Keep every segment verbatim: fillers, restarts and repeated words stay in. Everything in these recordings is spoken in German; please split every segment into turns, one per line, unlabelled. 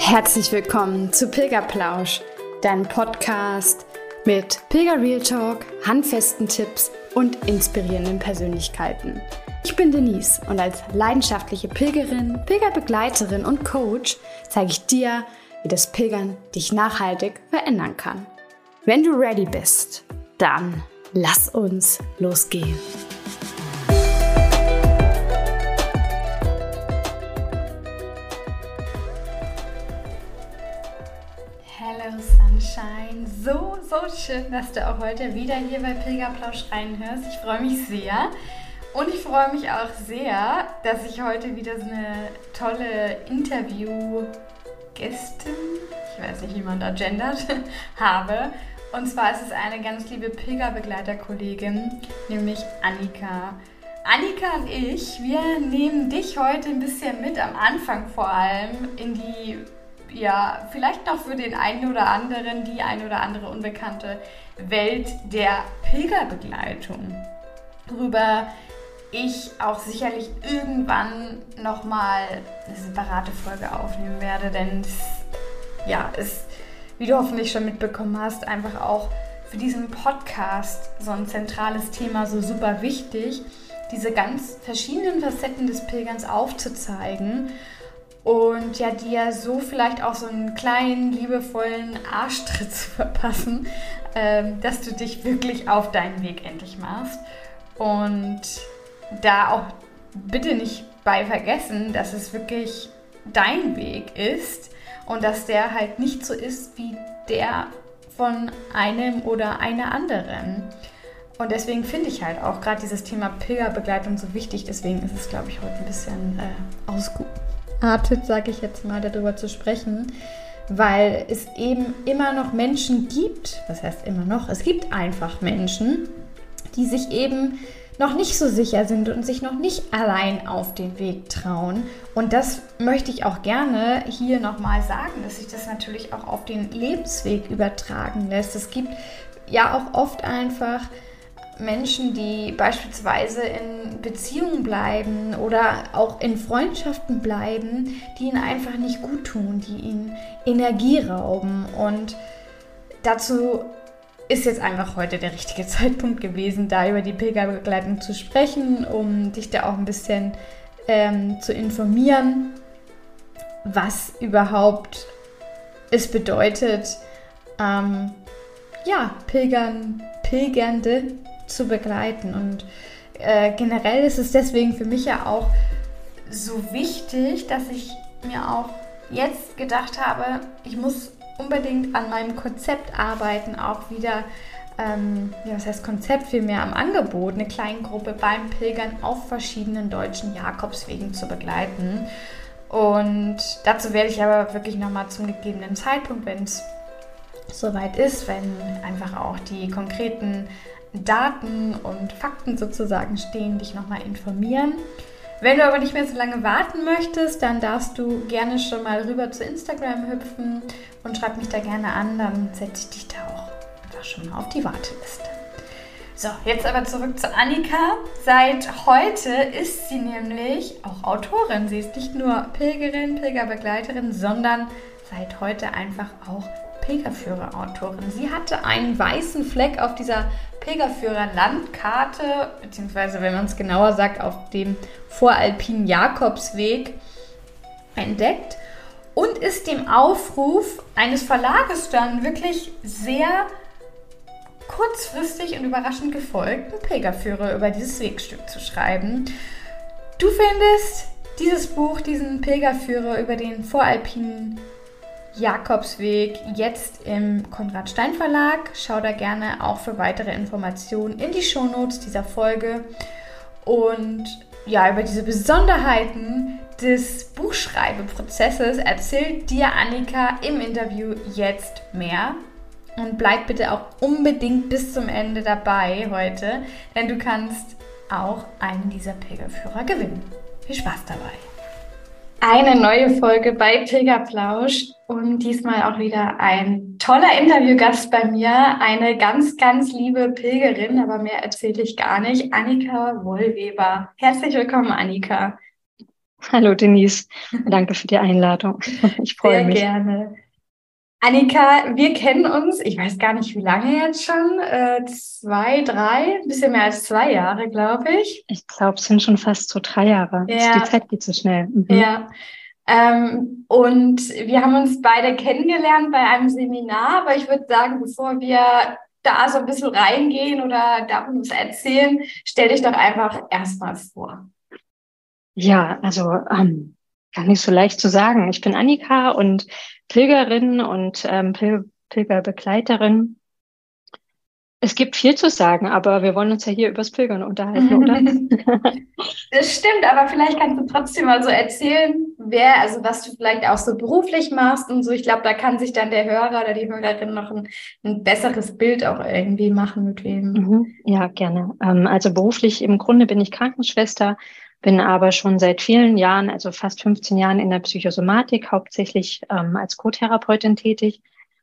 Herzlich willkommen zu Pilgerplausch, deinem Podcast mit Pilger Real Talk, handfesten Tipps und inspirierenden Persönlichkeiten. Ich bin Denise und als leidenschaftliche Pilgerin, Pilgerbegleiterin und Coach zeige ich dir, wie das Pilgern dich nachhaltig verändern kann. Wenn du ready bist, dann lass uns losgehen. Hello Sunshine, so, so schön, dass du auch heute wieder hier bei Pilgerplausch reinhörst. Ich freue mich sehr und ich freue mich auch sehr, dass ich heute wieder so eine tolle Interview-Gästin, ich weiß nicht, wie man da gendert, habe. Und zwar ist es eine ganz liebe Pilgerbegleiterkollegin, nämlich Annika. Annika und ich, wir nehmen dich heute ein bisschen mit, am Anfang vor allem, in die, ja, vielleicht noch für den einen oder anderen, die eine oder andere unbekannte Welt der Pilgerbegleitung, worüber ich auch sicherlich irgendwann nochmal eine separate Folge aufnehmen werde, denn es, ja, es, wie du hoffentlich schon mitbekommen hast, einfach auch für diesen Podcast so ein zentrales Thema, so super wichtig, diese ganz verschiedenen Facetten des Pilgerns aufzuzeigen und ja, dir so vielleicht auch so einen kleinen, liebevollen Arschtritt zu verpassen, ähm, dass du dich wirklich auf deinen Weg endlich machst. Und da auch bitte nicht bei vergessen, dass es wirklich dein Weg ist und dass der halt nicht so ist wie der von einem oder einer anderen. Und deswegen finde ich halt auch gerade dieses Thema Pilgerbegleitung so wichtig. Deswegen ist es, glaube ich, heute ein bisschen äh, ausgeartet, sage ich jetzt mal, darüber zu sprechen. Weil es eben immer noch Menschen gibt, was heißt immer noch, es gibt einfach Menschen, die sich eben noch nicht so sicher sind und sich noch nicht allein auf den Weg trauen. Und das möchte ich auch gerne hier nochmal sagen, dass sich das natürlich auch auf den Lebensweg übertragen lässt. Es gibt ja auch oft einfach Menschen, die beispielsweise in Beziehungen bleiben oder auch in Freundschaften bleiben, die ihnen einfach nicht gut tun, die ihnen Energie rauben. Und dazu ist jetzt einfach heute der richtige Zeitpunkt gewesen, da über die Pilgerbegleitung zu sprechen, um dich da auch ein bisschen ähm, zu informieren, was überhaupt es bedeutet, ähm, ja, Pilgern, Pilgernde zu begleiten. Und äh, generell ist es deswegen für mich ja auch so wichtig, dass ich mir auch jetzt gedacht habe, ich muss unbedingt an meinem Konzept arbeiten, auch wieder, ähm, ja, was heißt Konzept, vielmehr am Angebot, eine Kleingruppe beim Pilgern auf verschiedenen deutschen Jakobswegen zu begleiten. Und dazu werde ich aber wirklich nochmal zum gegebenen Zeitpunkt, wenn es soweit ist, wenn einfach auch die konkreten Daten und Fakten sozusagen stehen, dich nochmal informieren. Wenn du aber nicht mehr so lange warten möchtest, dann darfst du gerne schon mal rüber zu Instagram hüpfen und schreib mich da gerne an, dann setze ich dich da auch einfach schon mal auf die Warteliste. So, jetzt aber zurück zu Annika. Seit heute ist sie nämlich auch Autorin. Sie ist nicht nur Pilgerin, Pilgerbegleiterin, sondern seit heute einfach auch Pilgerführer-Autorin. Sie hatte einen weißen Fleck auf dieser Pilgerführer-Landkarte, beziehungsweise, wenn man es genauer sagt, auf dem voralpinen Jakobsweg entdeckt und ist dem Aufruf eines Verlages dann wirklich sehr kurzfristig und überraschend gefolgt, einen Pilgerführer über dieses Wegstück zu schreiben. Du findest dieses Buch, diesen Pilgerführer über den voralpinen Jakobsweg jetzt im Konrad Stein Verlag. Schau da gerne auch für weitere Informationen in die Shownotes dieser Folge. Und ja, über diese Besonderheiten des Buchschreibeprozesses erzählt dir Annika im Interview jetzt mehr. Und bleib bitte auch unbedingt bis zum Ende dabei heute, denn du kannst auch einen dieser Pilgerführer gewinnen. Viel Spaß dabei! Eine neue Folge bei Pilgerplausch und diesmal auch wieder ein toller Interviewgast bei mir, eine ganz, ganz liebe Pilgerin, aber mehr erzähle ich gar nicht, Annika Wollweber. Herzlich willkommen, Annika.
Hallo Denise, danke für die Einladung. Ich freue
Sehr
mich.
gerne. Annika, wir kennen uns, ich weiß gar nicht, wie lange jetzt schon, äh, zwei, drei, ein bisschen mehr als zwei Jahre, glaube ich.
Ich glaube, es sind schon fast so drei Jahre. Also die
Ja,
Zeit geht so schnell. Mhm.
ja. Ähm, und wir haben uns beide kennengelernt bei einem Seminar, aber ich würde sagen, bevor wir da so ein bisschen reingehen oder davon uns erzählen, stell dich doch einfach erstmal vor.
Ja, also ähm, gar nicht so leicht zu sagen. Ich bin Annika und Pilgerin und ähm, Pil Pilgerbegleiterin. Es gibt viel zu sagen, aber wir wollen uns ja hier übers Pilgern unterhalten, oder?
Das stimmt, aber vielleicht kannst du trotzdem mal so erzählen, wer, also was du vielleicht auch so beruflich machst und so. Ich glaube, da kann sich dann der Hörer oder die Hörerin noch ein, ein besseres Bild auch irgendwie machen, mit wem.
Mhm. Ja, gerne. Ähm, also beruflich im Grunde bin ich Krankenschwester, bin aber schon seit vielen Jahren, also fast fünfzehn Jahren in der Psychosomatik, hauptsächlich ähm, als Co-Therapeutin tätig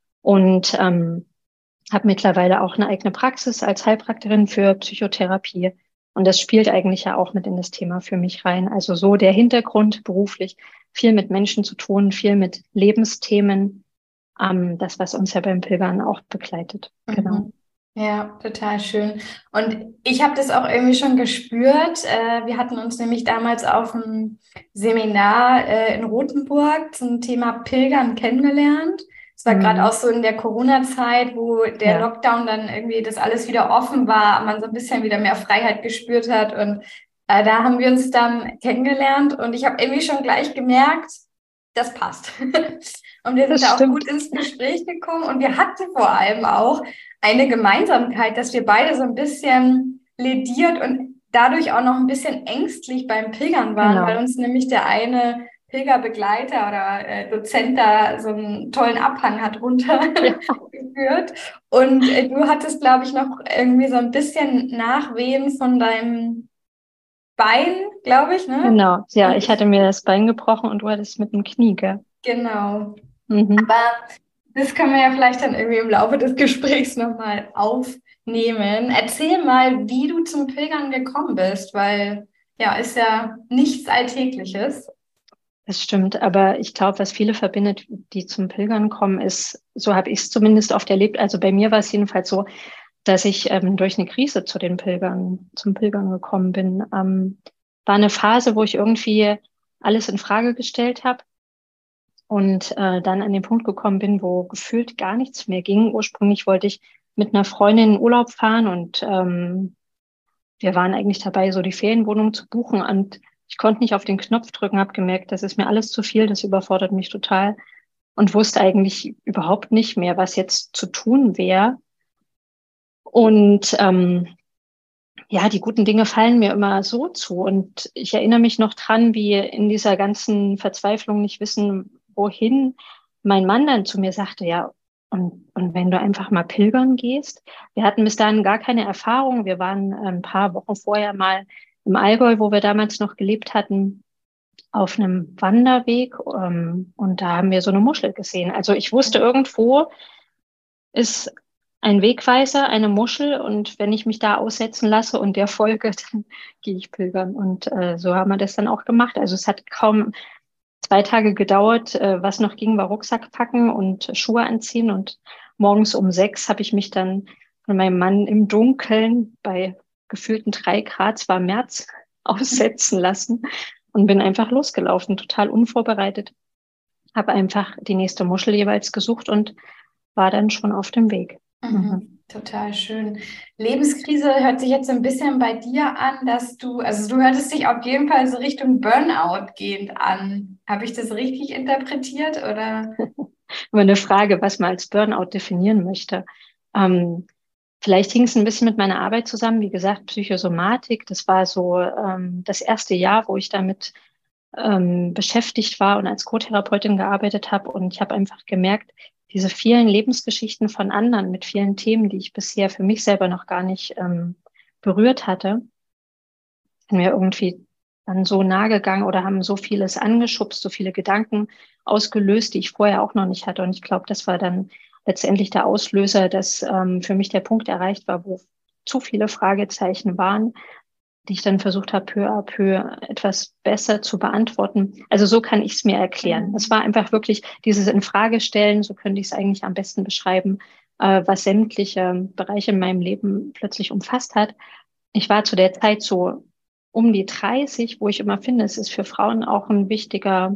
und ähm, habe mittlerweile auch eine eigene Praxis als Heilpraktikerin für Psychotherapie. Und das spielt eigentlich ja auch mit in das Thema für mich rein. Also so der Hintergrund beruflich, viel mit Menschen zu tun, viel mit Lebensthemen, ähm, das, was uns ja beim Pilgern auch begleitet. Genau.
Mhm. Ja, total schön. Und ich habe das auch irgendwie schon gespürt. Äh, wir hatten uns nämlich damals auf einem Seminar äh, in Rothenburg zum Thema Pilgern kennengelernt. Es war gerade auch
Mhm.
so in der Corona-Zeit, wo der
Ja,
Lockdown dann irgendwie das alles wieder offen war, man so ein bisschen wieder mehr Freiheit gespürt hat. Und äh, da haben wir uns dann kennengelernt und ich habe irgendwie schon gleich gemerkt, das passt. Und wir sind
das
da auch
stimmt.
gut ins Gespräch gekommen und wir hatten vor allem auch eine Gemeinsamkeit, dass wir beide so ein bisschen lediert und dadurch auch noch ein bisschen ängstlich beim Pilgern waren, weil
Genau.
uns nämlich der eine Pilgerbegleiter oder äh, Dozent da so einen tollen Abhang hat
Ja,
runtergeführt. Und äh, du hattest, glaube ich, noch irgendwie so ein bisschen Nachwehen von deinem Bein, glaube ich, ne?
genau. Ja,
Und
ich hatte mir das Bein gebrochen und du hattest mit dem Knie, gell?
genau.
Mhm.
Aber das können wir ja vielleicht dann irgendwie im Laufe des Gesprächs nochmal aufnehmen. Erzähl mal, wie du zum Pilgern gekommen bist, weil ja, ist ja nichts Alltägliches.
Das stimmt, aber ich glaube, was viele verbindet, die zum Pilgern kommen, ist, so habe ich es zumindest oft erlebt, also bei mir war es jedenfalls so, dass ich ähm, durch eine Krise zu den Pilgern, zum Pilgern gekommen bin. Ähm, war eine Phase, wo ich irgendwie alles in Frage gestellt habe und äh, dann an den Punkt gekommen bin, wo gefühlt gar nichts mehr ging. Ursprünglich wollte ich mit einer Freundin in Urlaub fahren und ähm, wir waren eigentlich dabei, so die Ferienwohnung zu buchen und ich konnte nicht auf den Knopf drücken, habe gemerkt, das ist mir alles zu viel, das überfordert mich total und wusste eigentlich überhaupt nicht mehr, was jetzt zu tun wäre. Und ähm, ja, die guten Dinge fallen mir immer so zu. Und ich erinnere mich noch dran, wie in dieser ganzen Verzweiflung nicht wissen, wohin, mein Mann dann zu mir sagte, ja, und, und wenn du einfach mal pilgern gehst. Wir hatten bis dahin gar keine Erfahrung. Wir waren ein paar Wochen vorher mal im Allgäu, wo wir damals noch gelebt hatten, auf einem Wanderweg. Ähm, und da haben wir so eine Muschel gesehen. Also ich wusste, irgendwo ist ein Wegweiser, eine Muschel. Und wenn ich mich da aussetzen lasse und der folge, dann gehe ich pilgern. Und äh, so haben wir das dann auch gemacht. Also es hat kaum zwei Tage gedauert. Äh, was noch ging, war Rucksack packen und Schuhe anziehen. Und morgens um sechs habe ich mich dann von meinem Mann im Dunkeln bei gefühlten drei Grad, es war März, aussetzen lassen und bin einfach losgelaufen, total unvorbereitet. Habe einfach die nächste Muschel jeweils gesucht und war dann schon auf dem Weg. Mhm.
Mhm, total schön. Lebenskrise hört sich jetzt so ein bisschen bei dir an, dass du, also du hörtest dich auf jeden Fall so Richtung Burnout gehend an. Habe ich das richtig interpretiert oder?
Aber eine Frage, was man als Burnout definieren möchte. Ähm, Vielleicht hing es ein bisschen mit meiner Arbeit zusammen. Wie gesagt, Psychosomatik, das war so ähm, das erste Jahr, wo ich damit ähm, beschäftigt war und als Co-Therapeutin gearbeitet habe. Und ich habe einfach gemerkt, diese vielen Lebensgeschichten von anderen mit vielen Themen, die ich bisher für mich selber noch gar nicht ähm, berührt hatte, sind mir irgendwie dann so nahe gegangen oder haben so vieles angeschubst, so viele Gedanken ausgelöst, die ich vorher auch noch nicht hatte. Und ich glaube, das war dann letztendlich der Auslöser, dass ähm, für mich der Punkt erreicht war, wo zu viele Fragezeichen waren die ich dann versucht habe, peu à peu etwas besser zu beantworten. Also so kann ich es mir erklären. Es war einfach wirklich dieses Infragestellen, so könnte ich es eigentlich am besten beschreiben, äh, was sämtliche Bereiche in meinem Leben plötzlich umfasst hat. Ich war zu der Zeit so um die dreißig, wo ich immer finde, es ist für Frauen auch ein wichtiger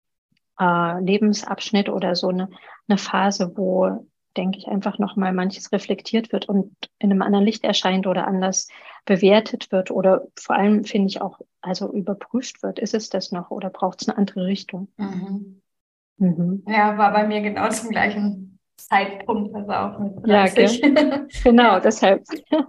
äh, Lebensabschnitt oder so eine, eine Phase, wo, denke ich, einfach nochmal manches reflektiert wird und in einem anderen Licht erscheint oder anders bewertet wird oder vor allem, finde ich, auch also überprüft wird. Ist es das noch oder braucht es eine andere Richtung?
Mhm.
Mhm.
Ja, war bei mir genau zum gleichen Zeitpunkt, also auch mit
Ja,
dreißig.
gell? Genau,
Ja,
deshalb.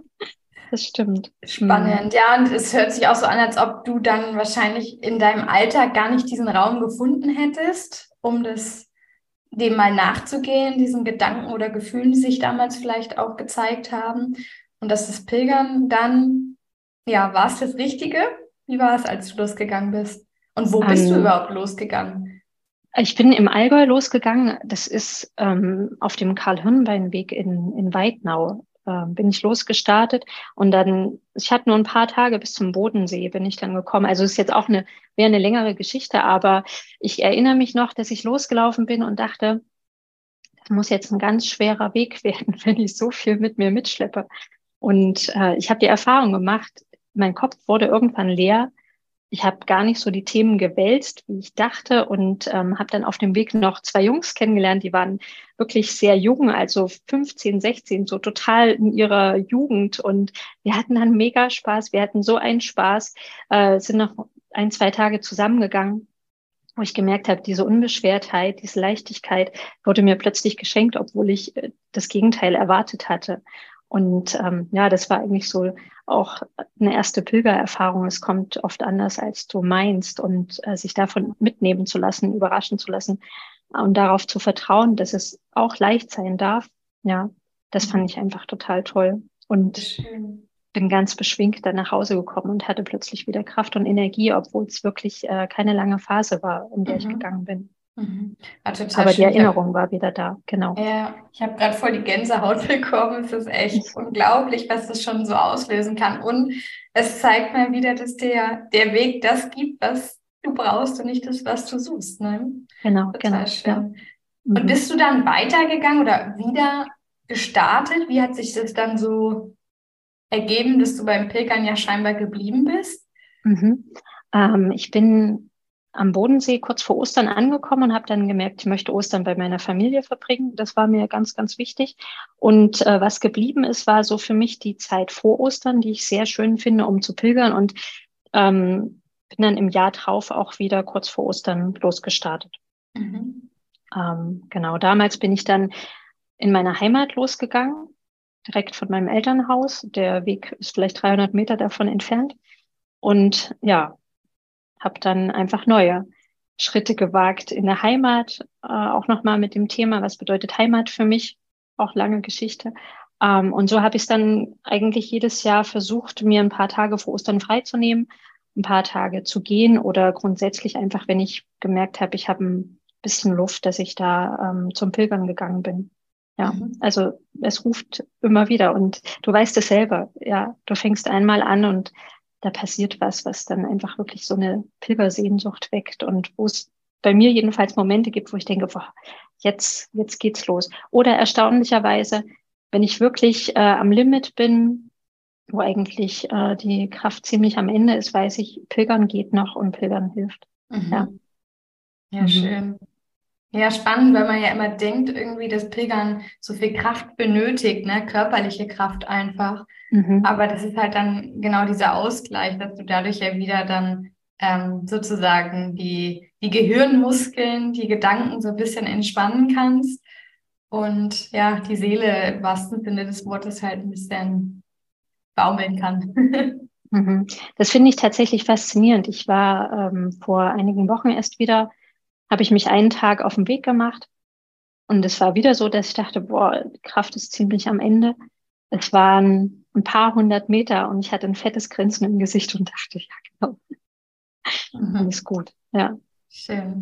Das stimmt. Mhm.
spannend. Ja, und es hört sich auch so an, als ob du dann wahrscheinlich in deinem Alltag gar nicht diesen Raum gefunden hättest, um das dem mal nachzugehen, diesen Gedanken oder Gefühlen, die sich damals vielleicht auch gezeigt haben. Und dass das Pilgern dann, ja, war es das Richtige? Wie war es, als du losgegangen bist? Und wo bist du
Ähm,
überhaupt losgegangen?
Ich bin im Allgäu losgegangen. Das ist ähm, auf dem Karl-Hirnbein-Weg in, in Weidnau. Äh, bin ich losgestartet und dann, ich hatte nur ein paar Tage bis zum Bodensee, bin ich dann gekommen. Also es ist jetzt auch eine, wäre eine längere Geschichte, aber ich erinnere mich noch, dass ich losgelaufen bin und dachte, das muss jetzt ein ganz schwerer Weg werden, wenn ich so viel mit mir mitschleppe. Und äh, ich habe die Erfahrung gemacht, mein Kopf wurde irgendwann leer. Ich habe gar nicht so die Themen gewälzt, wie ich dachte, und ähm, habe dann auf dem Weg noch zwei Jungs kennengelernt, die waren wirklich sehr jung, also fünfzehn, sechzehn, so total in ihrer Jugend. Und wir hatten dann mega Spaß. Wir hatten so einen Spaß, äh, sind noch ein, zwei Tage zusammengegangen, wo ich gemerkt habe, diese Unbeschwertheit, diese Leichtigkeit wurde mir plötzlich geschenkt, obwohl ich äh, das Gegenteil erwartet hatte. Und ähm, ja, das war eigentlich so auch eine erste Pilgererfahrung. Es kommt oft anders, als du meinst, und äh, sich davon mitnehmen zu lassen, überraschen zu lassen und darauf zu vertrauen, dass es auch leicht sein darf. Ja, das fand ich einfach total toll. Und
Schön.
bin ganz beschwingt dann nach Hause gekommen und hatte plötzlich wieder Kraft und Energie, obwohl es wirklich äh, keine lange Phase war, in der ich
Mhm.
gegangen bin.
Mhm. War total
Aber die
schön. Ich habe
Erinnerung war wieder da, genau.
ja, ich habe gerade voll die Gänsehaut bekommen. Es ist echt unglaublich, was das schon so auslösen kann. Und es zeigt mal wieder, dass der, der Weg das gibt, was du brauchst und nicht das, was du suchst. Ne?
Genau,
Total
genau, ja.
schön. Und
Mhm.
bist du dann weitergegangen oder wieder gestartet? Wie hat sich das dann so ergeben, dass du beim Pilgern ja scheinbar geblieben bist?
Mhm. Ähm, ich bin am Bodensee kurz vor Ostern angekommen und habe dann gemerkt, ich möchte Ostern bei meiner Familie verbringen. Das war mir ganz, ganz wichtig. Und äh, was geblieben ist, war so für mich die Zeit vor Ostern, die ich sehr schön finde, um zu pilgern. Und ähm, bin dann im Jahr drauf auch wieder kurz vor Ostern losgestartet.
Mhm.
Ähm, genau, damals bin ich dann in meiner Heimat losgegangen, direkt von meinem Elternhaus. Der Weg ist vielleicht dreihundert Meter davon entfernt. Und ja, habe dann einfach neue Schritte gewagt in der Heimat, äh, auch nochmal mit dem Thema, was bedeutet Heimat für mich, auch lange Geschichte. Ähm, und so habe ich es dann eigentlich jedes Jahr versucht, mir ein paar Tage vor Ostern freizunehmen, ein paar Tage zu gehen oder grundsätzlich einfach, wenn ich gemerkt habe, ich habe ein bisschen Luft, dass ich da ähm, zum Pilgern gegangen bin. Ja,
Mhm.
also es ruft immer wieder und du weißt es selber. Ja, du fängst einmal an und da passiert was, was dann einfach wirklich so eine Pilgersehnsucht weckt und wo es bei mir jedenfalls Momente gibt, wo ich denke, boah, jetzt, jetzt geht's los. Oder erstaunlicherweise, wenn ich wirklich äh, am Limit bin, wo eigentlich äh, die Kraft ziemlich am Ende ist, weiß ich, Pilgern geht noch und Pilgern hilft. Ja.
Mhm. Ja,
Mhm.
schön. Ja, spannend, weil man ja immer denkt, irgendwie, dass Pilgern so viel Kraft benötigt, ne? Körperliche Kraft einfach.
Mhm.
Aber das ist halt dann genau dieser Ausgleich, dass du dadurch ja wieder dann ähm, sozusagen die, die Gehirnmuskeln, die Gedanken so ein bisschen entspannen kannst und ja, die Seele im wahrsten Sinne des Wortes halt ein bisschen baumeln kann.
Mhm. Das finde ich tatsächlich faszinierend. Ich war ähm, vor einigen Wochen erst wieder, habe ich mich einen Tag auf den Weg gemacht. Und es war wieder so, dass ich dachte, boah, die Kraft ist ziemlich am Ende. Es waren ein paar hundert Meter und ich hatte ein fettes Grinsen im Gesicht und dachte, ja, genau, alles
Mhm.
gut. Ja.
Schön.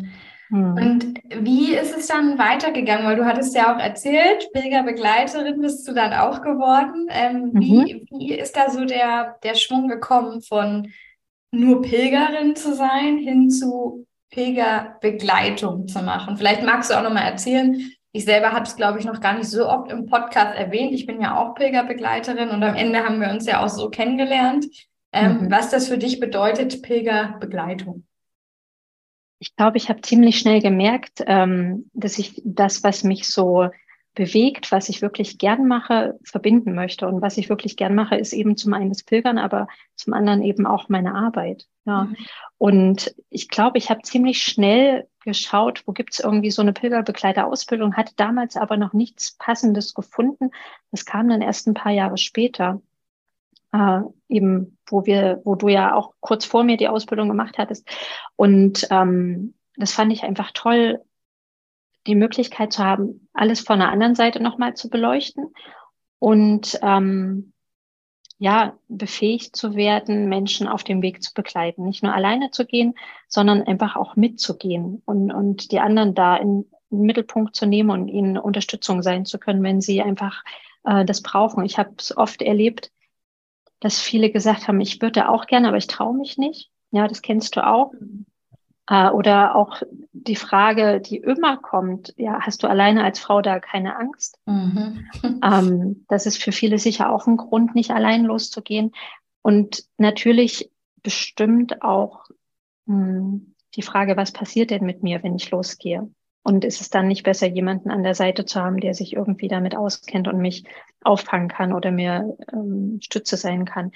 Mhm.
Und wie ist es dann weitergegangen? Weil du hattest ja auch erzählt, Pilgerbegleiterin bist du dann auch geworden. Ähm,
Mhm.
wie, wie ist da so der, der Schwung gekommen von nur Pilgerin zu sein hin zu Pilgerbegleitung zu machen? Vielleicht magst du auch noch mal erzählen. Ich selber habe es, glaube ich, noch gar nicht so oft im Podcast erwähnt. Ich bin ja auch Pilgerbegleiterin und am Ende haben wir uns ja auch so kennengelernt. Ähm,
Mhm.
was das für dich bedeutet, Pilgerbegleitung.
Ich glaube, ich habe ziemlich schnell gemerkt, ähm, dass ich das, was mich so bewegt, was ich wirklich gern mache, verbinden möchte. Und was ich wirklich gern mache, ist eben zum einen das Pilgern, aber zum anderen eben auch meine Arbeit. Ja.
Mhm.
Und ich glaube, ich habe ziemlich schnell geschaut, wo gibt es irgendwie so eine Pilgerbegleiterausbildung, hatte damals aber noch nichts Passendes gefunden. Das kam dann erst ein paar Jahre später. Äh, eben, wo wir, wo du ja auch kurz vor mir die Ausbildung gemacht hattest. Und ähm, das fand ich einfach toll, die Möglichkeit zu haben, alles von der anderen Seite nochmal zu beleuchten und ähm, ja, befähigt zu werden, Menschen auf dem Weg zu begleiten. Nicht nur alleine zu gehen, sondern einfach auch mitzugehen und, und die anderen da in, in den Mittelpunkt zu nehmen und ihnen Unterstützung sein zu können, wenn sie einfach äh, das brauchen. Ich habe es oft erlebt, dass viele gesagt haben, ich würde auch gerne, aber ich traue mich nicht. Ja, das kennst du auch. Äh, oder auch die Frage, die immer kommt, ja, hast du alleine als Frau da keine Angst?
Mhm.
Ähm, das ist für viele sicher auch ein Grund, nicht allein loszugehen. Und natürlich bestimmt auch mh, die Frage, was passiert denn mit mir, wenn ich losgehe? Und ist es dann nicht besser, jemanden an der Seite zu haben, der sich irgendwie damit auskennt und mich auffangen kann oder mir ähm, Stütze sein kann?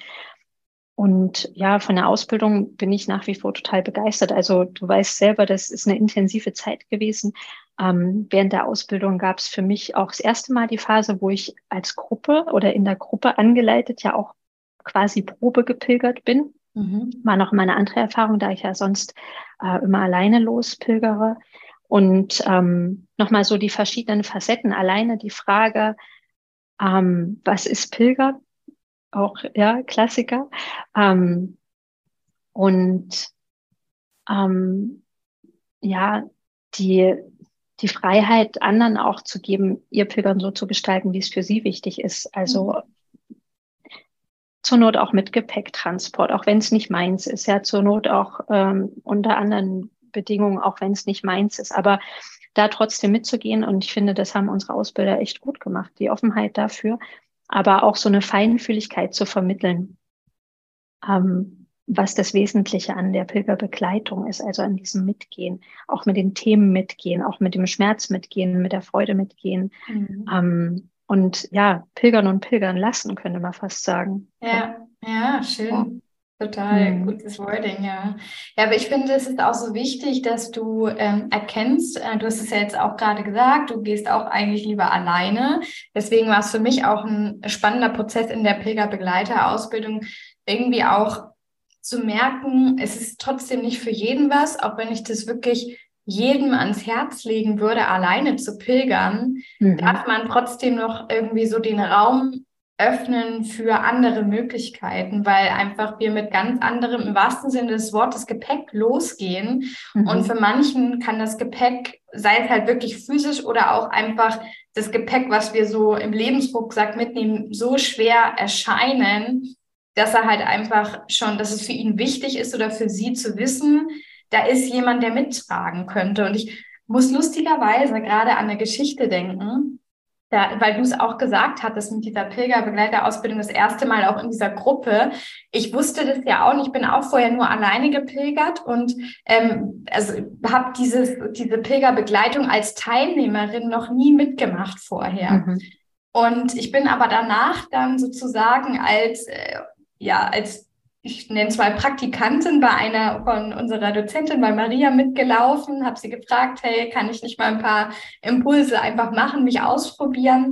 Und ja, von der Ausbildung bin ich nach wie vor total begeistert. Also du weißt selber, das ist eine intensive Zeit gewesen. Ähm, während der Ausbildung gab es für mich auch das erste Mal die Phase, wo ich als Gruppe oder in der Gruppe angeleitet ja auch quasi Probe gepilgert bin.
Mhm.
War noch mal eine andere Erfahrung, da ich ja sonst äh, immer alleine lospilgere. Und ähm, nochmal so die verschiedenen Facetten. Alleine die Frage, ähm, was ist Pilger? Auch, ja, Klassiker. Ähm, und ähm, ja, die, die Freiheit, anderen auch zu geben, ihr Pilgern so zu gestalten, wie es für sie wichtig ist. Also
Mhm.
zur Not auch mit Gepäcktransport, auch wenn es nicht meins ist. Ja, zur Not auch ähm, unter anderen Bedingungen, auch wenn es nicht meins ist. Aber da trotzdem mitzugehen. Und ich finde, das haben unsere Ausbilder echt gut gemacht, die Offenheit dafür, aber auch so eine Feinfühligkeit zu vermitteln, ähm, was das Wesentliche an der Pilgerbegleitung ist, also an diesem Mitgehen, auch mit den Themen mitgehen, auch mit dem Schmerz mitgehen, mit der Freude mitgehen.
Mhm.
Ähm, und ja, pilgern und pilgern lassen, könnte man fast sagen. Ja.
Ja, ja,
Ja.
schön. Total
Hm.
gutes Wording, ja. Ja, aber ich finde, es ist auch so wichtig, dass du ähm, erkennst, äh, du hast es ja jetzt auch gerade gesagt, du gehst auch eigentlich lieber alleine. Deswegen war es für mich auch ein spannender Prozess in der Pilgerbegleiterausbildung, irgendwie auch zu merken, es ist trotzdem nicht für jeden was, auch wenn ich das wirklich jedem ans Herz legen würde, alleine zu pilgern, darf
Mhm.
man trotzdem noch irgendwie so den Raum öffnen für andere Möglichkeiten, weil einfach wir mit ganz anderem, im wahrsten Sinne des Wortes, Gepäck losgehen. Und für
Mhm.
manchen kann das Gepäck, sei es halt wirklich physisch oder auch einfach das Gepäck, was wir so im Lebensrucksack mitnehmen, so schwer erscheinen, dass er halt einfach schon, dass es für ihn wichtig ist oder für sie zu wissen, da ist jemand, der mittragen könnte. Und ich muss lustigerweise gerade an eine Geschichte denken, da, weil du es auch gesagt hattest mit dieser Pilgerbegleiterausbildung das erste Mal auch in dieser Gruppe. Ich wusste das ja auch nicht. Ich bin auch vorher nur alleine gepilgert und ähm, also habe dieses diese Pilgerbegleitung als Teilnehmerin noch nie mitgemacht vorher.
Mhm.
Und ich bin aber danach dann sozusagen als äh, ja als ich nenne es mal Praktikantin bei einer von unserer Dozentin, bei Maria mitgelaufen, habe sie gefragt, hey, kann ich nicht mal ein paar Impulse einfach machen, mich ausprobieren?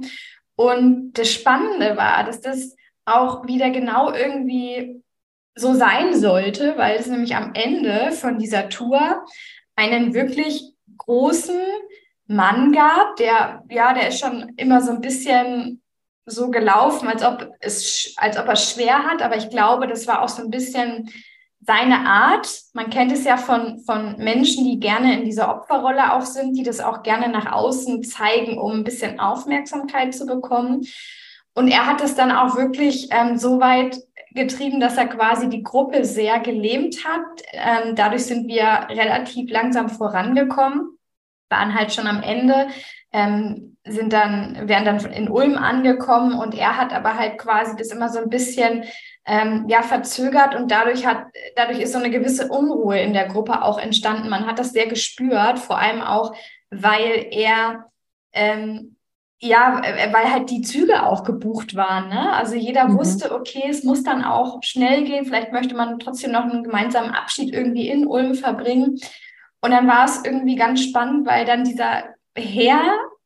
Und das Spannende war, dass das auch wieder genau irgendwie so sein sollte, weil es nämlich am Ende von dieser Tour einen wirklich großen Mann gab, der, ja, der ist schon immer so ein bisschen so gelaufen, als ob es, als ob er schwer hat, aber ich glaube, das war auch so ein bisschen seine Art, man kennt es ja von, von Menschen, die gerne in dieser Opferrolle auch sind, die das auch gerne nach außen zeigen, um ein bisschen Aufmerksamkeit zu bekommen. Und er hat es dann auch wirklich ähm, so weit getrieben, dass er quasi die Gruppe sehr gelähmt hat. Ähm, dadurch sind wir relativ langsam vorangekommen, waren halt schon am Ende, ähm, sind dann, wären dann in Ulm angekommen und er hat aber halt quasi das immer so ein bisschen ähm, ja, verzögert und dadurch hat, dadurch ist so eine gewisse Unruhe in der Gruppe auch entstanden. Man hat das sehr gespürt, vor allem auch, weil er ähm, ja, weil halt die Züge auch gebucht waren, ne? Also jeder
Mhm.
wusste, okay, es muss dann auch schnell gehen. Vielleicht möchte man trotzdem noch einen gemeinsamen Abschied irgendwie in Ulm verbringen. Und dann war es irgendwie ganz spannend, weil dann dieser Herr,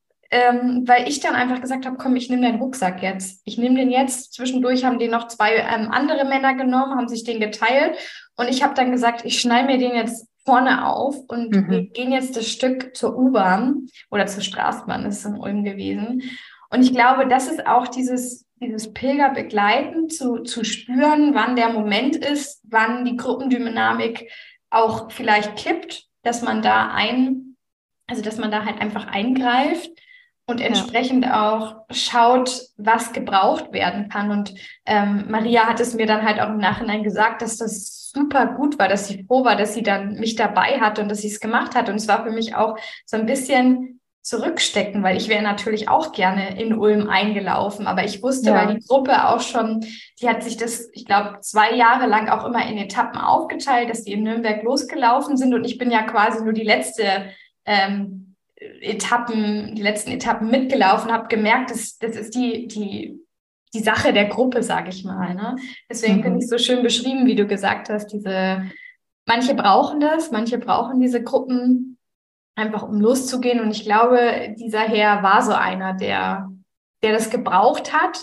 ähm, weil ich dann einfach gesagt habe, komm, ich nehme den Rucksack jetzt. Ich nehme den jetzt. Zwischendurch haben den noch zwei ähm, andere Männer genommen, haben sich den geteilt. Und ich habe dann gesagt, ich schneide mir den jetzt vorne auf und wir
Mhm.
gehen jetzt das Stück zur U-Bahn oder zur Straßenbahn, das ist in Ulm gewesen. Und ich glaube, das ist auch dieses, dieses Pilgerbegleiten zu, zu spüren, wann der Moment ist, wann die Gruppendynamik auch vielleicht kippt, dass man da ein, also dass man da halt einfach eingreift und
Ja.
entsprechend auch schaut, was gebraucht werden kann. Und ähm, Maria hat es mir dann halt auch im Nachhinein gesagt, dass das super gut war, dass sie froh war, dass sie dann mich dabei hatte und dass sie es gemacht hat. Und es war für mich auch so ein bisschen zurückstecken, weil ich wäre natürlich auch gerne in Ulm eingelaufen, aber ich wusste,
Ja.
weil die Gruppe auch schon, die hat sich das, ich glaube, zwei Jahre lang auch immer in Etappen aufgeteilt, dass die in Nürnberg losgelaufen sind und ich bin ja quasi nur die letzte ähm, Etappen, die letzten Etappen mitgelaufen, habe gemerkt, dass das ist die, die, die Sache der Gruppe, sage ich mal. Ne? Deswegen
Mhm.
finde ich es so schön beschrieben, wie du gesagt hast, diese, manche brauchen das, manche brauchen diese Gruppen einfach um loszugehen. Und ich glaube, dieser Herr war so einer, der, der das gebraucht hat.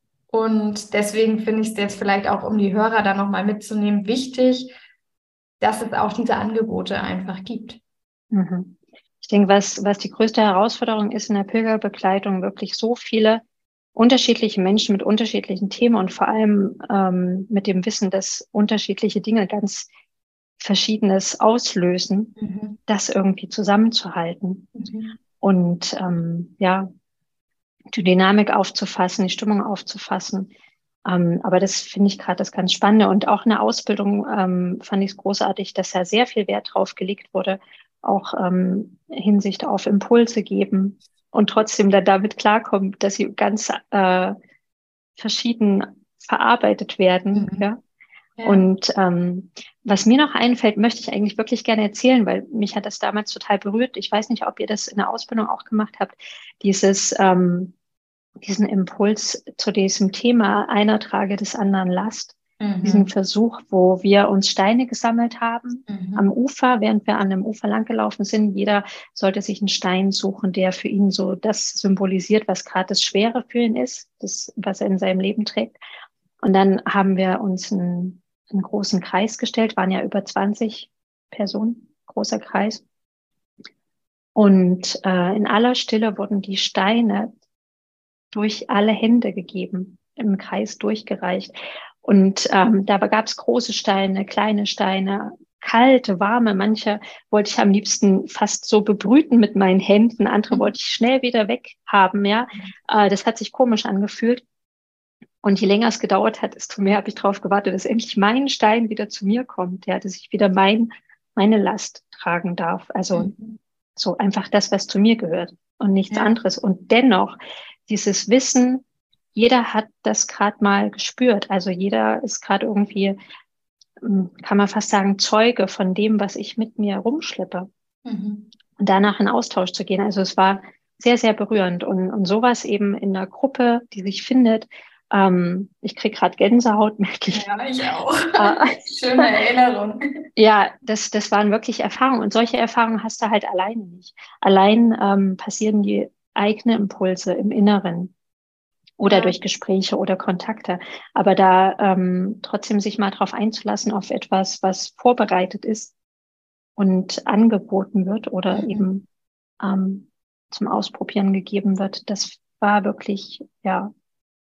Und deswegen finde ich es jetzt vielleicht auch, um die Hörer da nochmal mitzunehmen, wichtig, dass es auch diese Angebote einfach gibt.
Mhm. Ich denke, was, was die größte Herausforderung ist in der Pilgerbegleitung, wirklich so viele unterschiedliche Menschen mit unterschiedlichen Themen und vor allem ähm, mit dem Wissen, dass unterschiedliche Dinge ganz Verschiedenes auslösen,
Mhm.
das irgendwie zusammenzuhalten
Mhm.
und ähm, ja, die Dynamik aufzufassen, die Stimmung aufzufassen. Ähm, aber das finde ich gerade das ganz Spannende. Und auch in der Ausbildung ähm, fand ich es großartig, dass da sehr viel Wert drauf gelegt wurde, auch ähm, Hinsicht auf Impulse geben und trotzdem dann damit klarkommt, dass sie ganz äh, verschieden verarbeitet werden.
Mhm.
Ja?
Ja.
Und ähm, was mir noch einfällt, möchte ich eigentlich wirklich gerne erzählen, weil mich hat das damals total berührt. Ich weiß nicht, ob ihr das in der Ausbildung auch gemacht habt, dieses ähm, diesen Impuls zu diesem Thema einer trage des anderen Last, diesen
Mhm.
Versuch, wo wir uns Steine gesammelt haben am
Mhm.
Ufer, während wir an dem Ufer langgelaufen sind. Jeder sollte sich einen Stein suchen, der für ihn so das symbolisiert, was gerade das Schwere für ihn ist, das, was er in seinem Leben trägt. Und dann haben wir uns einen, einen großen Kreis gestellt, waren ja über zwanzig Personen, großer Kreis. Und äh, in aller Stille wurden die Steine durch alle Hände gegeben, im Kreis durchgereicht. Und ähm, da gab es große Steine, kleine Steine, kalte, warme. Manche wollte ich am liebsten fast so bebrüten mit meinen Händen, andere wollte ich schnell wieder weghaben. Ja, äh, das hat sich komisch angefühlt. Und je länger es gedauert hat, desto mehr habe ich darauf gewartet, dass endlich mein Stein wieder zu mir kommt, ja, dass ich wieder mein, meine Last tragen darf. Also
Mhm.
so einfach das, was zu mir gehört und nichts
Ja.
anderes. Und dennoch dieses Wissen, jeder hat das gerade mal gespürt. Also jeder ist gerade irgendwie, hm, kann man fast sagen, Zeuge von dem, was ich mit mir rumschleppe.
Mhm.
Und danach in Austausch zu gehen. Also es war sehr, sehr berührend. Und, und sowas eben in einer Gruppe, die sich findet. Ähm, ich kriege gerade Gänsehaut, merke ich.
Ja, ich auch.
Äh,
Schöne Erinnerung.
Ja, das, das waren wirklich Erfahrungen. Und solche Erfahrungen hast du halt alleine nicht. Allein ähm, passieren die eigenen Impulse im Inneren oder
Ja.
durch Gespräche oder Kontakte. Aber da ähm, trotzdem sich mal drauf einzulassen, auf etwas, was vorbereitet ist und angeboten wird oder
Mhm.
eben ähm, zum Ausprobieren gegeben wird, das war wirklich, ja,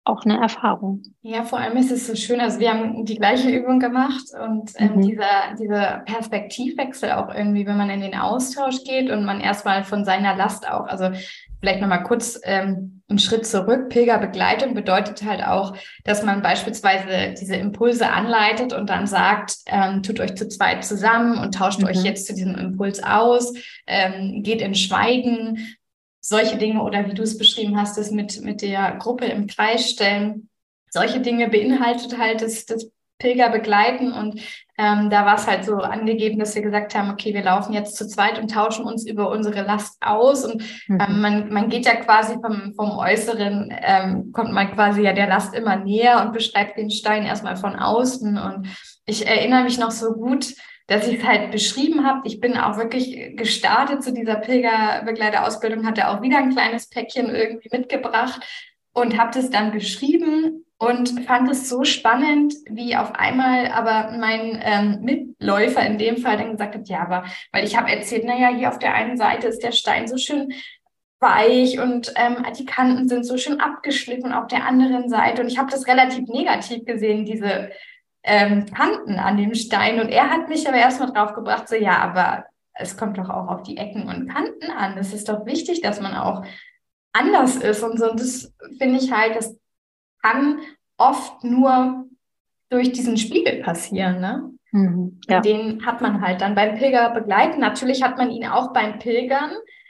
auch eine Erfahrung.
Ja, vor allem ist es so schön, also wir haben die gleiche Übung gemacht und ähm,
Mhm.
dieser, dieser Perspektivwechsel auch irgendwie, wenn man in den Austausch geht und man erstmal von seiner Last auch, also vielleicht nochmal kurz ähm, einen Schritt zurück. Pilgerbegleitung bedeutet halt auch, dass man beispielsweise diese Impulse anleitet und dann sagt, ähm, tut euch zu zweit zusammen und tauscht euch
Mhm.
jetzt zu diesem Impuls aus, ähm, geht in Schweigen, solche Dinge oder wie du es beschrieben hast, das mit, mit der Gruppe im Kreis stellen. Solche Dinge beinhaltet halt das, das Pilgerbegleiten und ähm, da war es halt so angegeben, dass wir gesagt haben, okay, wir laufen jetzt zu zweit und tauschen uns über unsere Last aus und ähm,
Mhm.
man, man geht ja quasi vom, vom Äußeren, ähm, kommt man quasi ja der Last immer näher und beschreibt den Stein erstmal von außen und ich erinnere mich noch so gut, dass ich es halt beschrieben habe. Ich bin auch wirklich gestartet zu dieser Pilgerbegleiterausbildung, hatte auch wieder ein kleines Päckchen irgendwie mitgebracht und habe das dann beschrieben und fand es so spannend, wie auf einmal aber mein ähm, Mitläufer in dem Fall dann gesagt hat, ja, aber, weil ich habe erzählt, naja, hier auf der einen Seite ist der Stein so schön weich und ähm, die Kanten sind so schön abgeschliffen auf der anderen Seite und ich habe das relativ negativ gesehen, diese ähm, Kanten an dem Stein und er hat mich aber erstmal drauf gebracht, so ja, aber es kommt doch auch auf die Ecken und Kanten an. Es ist doch wichtig, dass man auch anders ist und so. Und das finde ich halt, das kann oft nur durch diesen Spiegel passieren, ne?
Mhm.
Und
Ja.
den hat man halt dann beim Pilgerbegleiten. Natürlich hat man ihn auch beim Pilgern,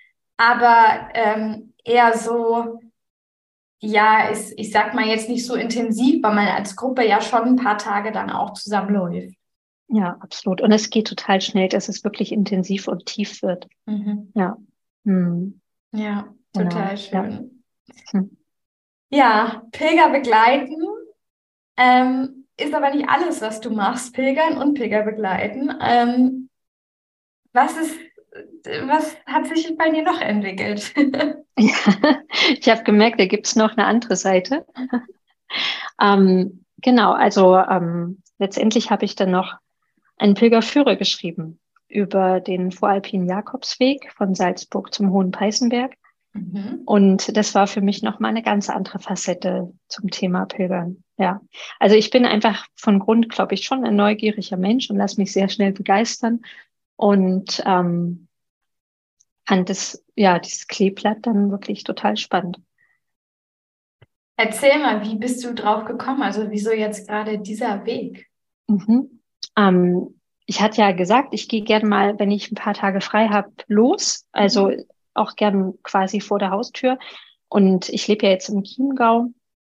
aber ähm, eher so, ja, ich, ich sag mal jetzt nicht so intensiv, weil man als Gruppe ja schon ein paar Tage dann auch zusammenläuft.
Ja, absolut. Und es geht total schnell, dass es wirklich intensiv und tief wird.
Mhm.
Ja. Mhm.
Ja,
Genau.
total
Ja.
schön.
Hm.
Ja, Pilger begleiten ähm, ist aber nicht alles, was du machst. Pilgern und Pilger begleiten. Ähm, was ist, was hat sich bei dir noch entwickelt?
Ja. Ich habe gemerkt, da gibt's noch eine andere Seite. Ähm, genau, also ähm, letztendlich habe ich dann noch einen Pilgerführer geschrieben über den Voralpinen Jakobsweg von Salzburg zum Hohen Peißenberg.
Mhm.
Und das war für mich nochmal eine ganz andere Facette zum Thema Pilgern. Ja, also ich bin einfach von Grund, glaube ich, schon ein neugieriger Mensch und lasse mich sehr schnell begeistern und ähm, fand das, ja, dieses Kleeblatt dann wirklich total spannend.
Erzähl mal, wie bist du drauf gekommen? Also wieso jetzt gerade dieser Weg?
Mhm. Ähm, ich hatte ja gesagt, ich gehe gern mal, wenn ich ein paar Tage frei habe, los. Also
Mhm.
auch gern quasi vor der Haustür. Und ich lebe ja jetzt im Chiemgau.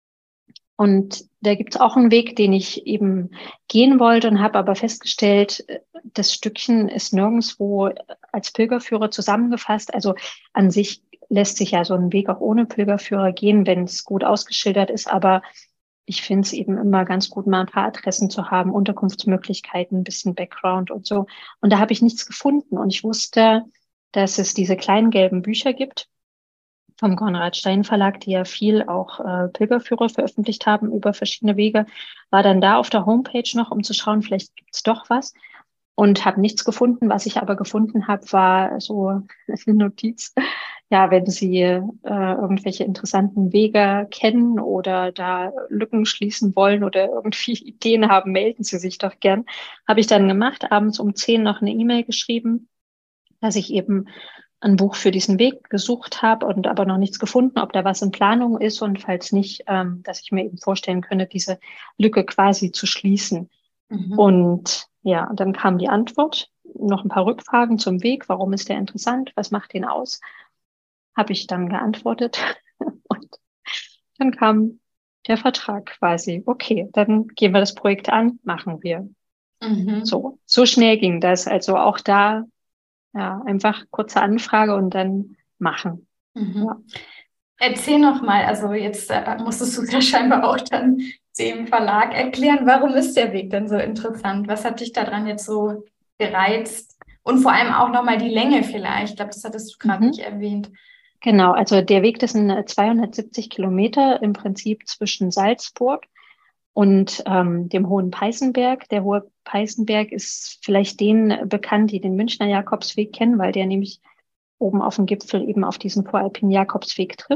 Und da gibt's auch einen Weg, den ich eben gehen wollte und habe aber festgestellt, äh, das Stückchen ist nirgendwo als Pilgerführer zusammengefasst. Also an sich lässt sich ja so ein Weg auch ohne Pilgerführer gehen, wenn es gut ausgeschildert ist. Aber ich finde es eben immer ganz gut, mal ein paar Adressen zu haben, Unterkunftsmöglichkeiten, ein bisschen Background und so. Und da habe ich nichts gefunden. Und ich wusste, dass es diese kleinen gelben Bücher gibt vom Konrad Stein Verlag, die ja viel auch äh, Pilgerführer veröffentlicht haben über verschiedene Wege, war dann da auf der Homepage noch, um zu schauen, vielleicht gibt's doch was. Und habe nichts gefunden. Was ich aber gefunden habe, war so eine Notiz. Ja, wenn Sie äh, irgendwelche interessanten Wege kennen oder da Lücken schließen wollen oder irgendwie Ideen haben, melden Sie sich doch gern. Habe ich dann gemacht, abends um zehn noch eine E-Mail geschrieben, dass ich eben ein Buch für diesen Weg gesucht habe und aber noch nichts gefunden, ob da was in Planung ist und falls nicht, ähm, dass ich mir eben vorstellen könnte, diese Lücke quasi zu schließen.
Mhm.
Und ja, und dann kam die Antwort, noch ein paar Rückfragen zum Weg, warum ist der interessant, was macht den aus, habe ich dann geantwortet und dann kam der Vertrag quasi. Okay, dann gehen wir das Projekt an, machen wir.
Mhm.
So, so schnell ging das. Also auch da, ja, einfach kurze Anfrage und dann machen. Ja.
Mhm. Erzähl noch mal, also jetzt äh, musstest du es ja scheinbar auch dann dem Verlag erklären, warum ist der Weg denn so interessant? Was hat dich daran jetzt so gereizt? Und vor allem auch noch mal die Länge vielleicht. Ich glaube, das hattest du gerade nicht
Mhm.
erwähnt.
Genau, also der Weg, das sind zweihundertsiebzig Kilometer im Prinzip zwischen Salzburg und ähm, dem Hohen Peißenberg. Der Hohe Peißenberg ist vielleicht denen bekannt, die den Münchner Jakobsweg kennen, weil der nämlich oben auf dem Gipfel eben auf diesen Voralpinen Jakobsweg trifft.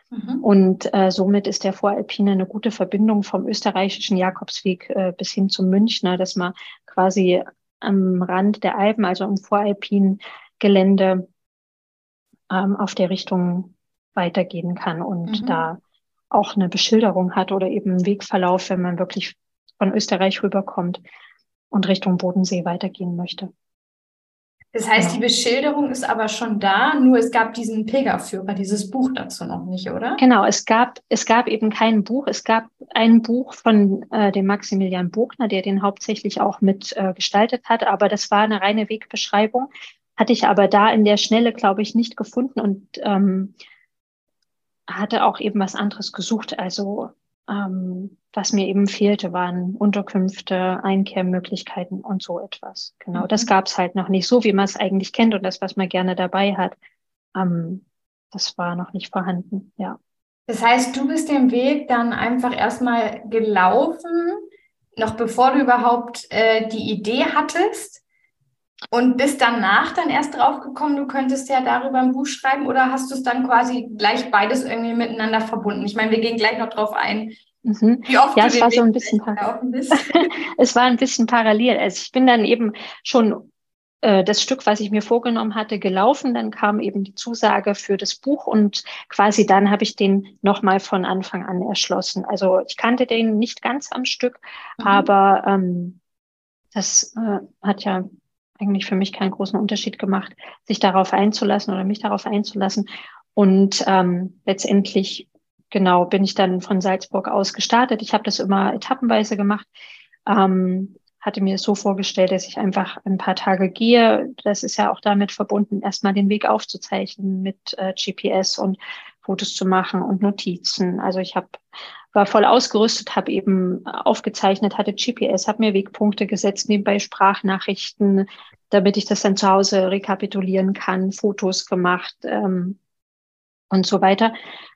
Mhm.
Und äh, somit ist der Voralpine eine gute Verbindung vom österreichischen Jakobsweg äh, bis hin zum Münchner, dass man quasi am Rand der Alpen, also im voralpinen Gelände, ähm, auf der Richtung weitergehen kann und
Mhm.
da auch eine Beschilderung hat oder eben einen Wegverlauf, wenn man wirklich von Österreich rüberkommt und Richtung Bodensee weitergehen möchte.
Das heißt, die
Genau.
Beschilderung ist aber schon da, nur es gab diesen Pilgerführer, dieses Buch dazu noch nicht, oder?
Genau, es gab, es gab eben kein Buch. Es gab ein Buch von äh, dem Maximilian Bogner, der den hauptsächlich auch mit äh, gestaltet hat, aber das war eine reine Wegbeschreibung. Hatte ich aber da in der Schnelle, glaube ich, nicht gefunden und ähm, hatte auch eben was anderes gesucht. Also ähm, was mir eben fehlte, waren Unterkünfte, Einkehrmöglichkeiten und so etwas. Genau, das
Mhm.
gab es halt noch nicht so, wie man es eigentlich kennt und das, was man gerne dabei hat. Ähm, das war noch nicht vorhanden, ja.
Das heißt, du bist den Weg dann einfach erstmal gelaufen, noch bevor du überhaupt äh, die Idee hattest und bist danach dann erst drauf gekommen, du könntest ja darüber ein Buch schreiben oder hast du es dann quasi gleich beides irgendwie miteinander verbunden? Ich meine, wir gehen gleich noch drauf ein,
Mhm.
wie oft
Ja,
du
es
den
war so
Weg
ein bisschen,
vielleicht
par
gelaufen bist.
es war ein bisschen parallel. Also ich bin dann eben schon äh, das Stück, was ich mir vorgenommen hatte, gelaufen. Dann kam eben die Zusage für das Buch und quasi dann habe ich den nochmal von Anfang an erschlossen. Also ich kannte den nicht ganz am Stück,
Mhm.
aber ähm, das äh, hat ja eigentlich für mich keinen großen Unterschied gemacht, sich darauf einzulassen oder mich darauf einzulassen. Und ähm, letztendlich, genau, bin ich dann von Salzburg aus gestartet. Ich habe das immer etappenweise gemacht. Ähm, hatte mir es so vorgestellt, dass ich einfach ein paar Tage gehe. Das ist ja auch damit verbunden, erstmal den Weg aufzuzeichnen mit äh, G P S und Fotos zu machen und Notizen. Also ich habe war voll ausgerüstet, habe eben aufgezeichnet, hatte G P S, habe mir Wegpunkte gesetzt, nebenbei Sprachnachrichten, damit ich das dann zu Hause rekapitulieren kann, Fotos gemacht ähm, und so weiter.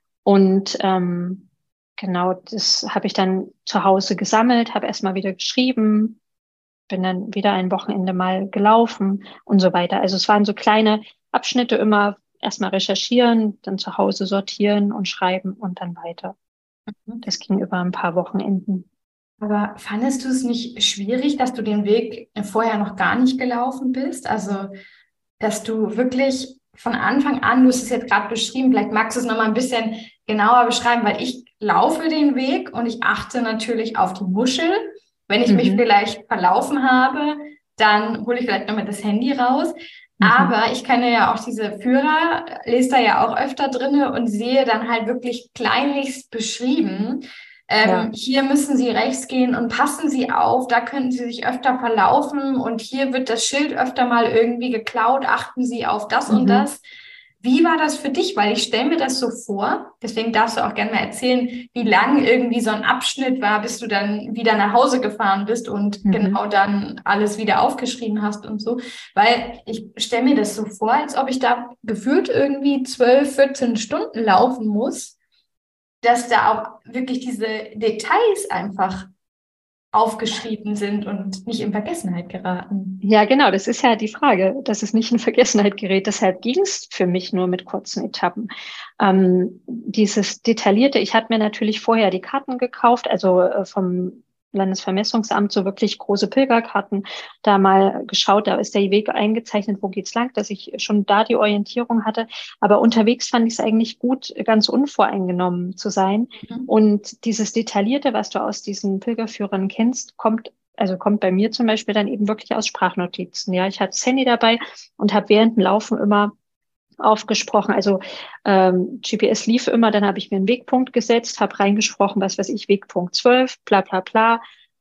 Und ähm, genau, das habe ich dann zu Hause gesammelt, habe erstmal wieder geschrieben, bin dann wieder ein Wochenende mal gelaufen und so weiter. Also es waren so kleine Abschnitte immer, erstmal recherchieren, dann zu Hause sortieren und schreiben und dann weiter. Das ging über ein paar Wochenenden.
Aber fandest du es nicht schwierig, dass du den Weg vorher noch gar nicht gelaufen bist? Also, dass du wirklich von Anfang an, du hast es jetzt gerade beschrieben, vielleicht magst du es nochmal ein bisschen genauer beschreiben, weil ich laufe den Weg und ich achte natürlich auf die Muschel. Wenn ich mich
Mhm.
vielleicht verlaufen habe, dann hole ich vielleicht nochmal das Handy raus.
Mhm.
Aber ich kenne ja auch diese Führer, lese da ja auch öfter drinne und sehe dann halt wirklich kleinlichst beschrieben, ähm,
Ja.
hier müssen Sie rechts gehen und passen Sie auf, da könnten Sie sich öfter verlaufen und hier wird das Schild öfter mal irgendwie geklaut, achten Sie auf das und
Mhm.
das. Wie war das für dich? Weil ich stelle mir das so vor, deswegen darfst du auch gerne mal erzählen, wie lang irgendwie so ein Abschnitt war, bis du dann wieder nach Hause gefahren bist und
Mhm.
genau dann alles wieder aufgeschrieben hast und so. Weil ich stelle mir das so vor, als ob ich da gefühlt irgendwie zwölf, vierzehn Stunden laufen muss, dass da auch wirklich diese Details einfach aufgeschrieben sind und nicht in Vergessenheit geraten.
Ja, genau, das ist ja die Frage, dass es nicht in Vergessenheit gerät. Deshalb ging es für mich nur mit kurzen Etappen. Ähm, dieses Detaillierte, ich hatte mir natürlich vorher die Karten gekauft, also äh, vom Landesvermessungsamt, so wirklich große Pilgerkarten, da mal geschaut, da ist der Weg eingezeichnet, wo geht's lang, dass ich schon da die Orientierung hatte. Aber unterwegs fand ich es eigentlich gut, ganz unvoreingenommen zu sein.
Mhm.
Und dieses Detaillierte, was du aus diesen Pilgerführern kennst, kommt also kommt bei mir zum Beispiel dann eben wirklich aus Sprachnotizen. Ja, ich hatte das Handy dabei und habe während dem Laufen immer aufgesprochen. Also ähm, G P S lief immer, dann habe ich mir einen Wegpunkt gesetzt, habe reingesprochen, was weiß ich, Wegpunkt zwölf, bla bla bla,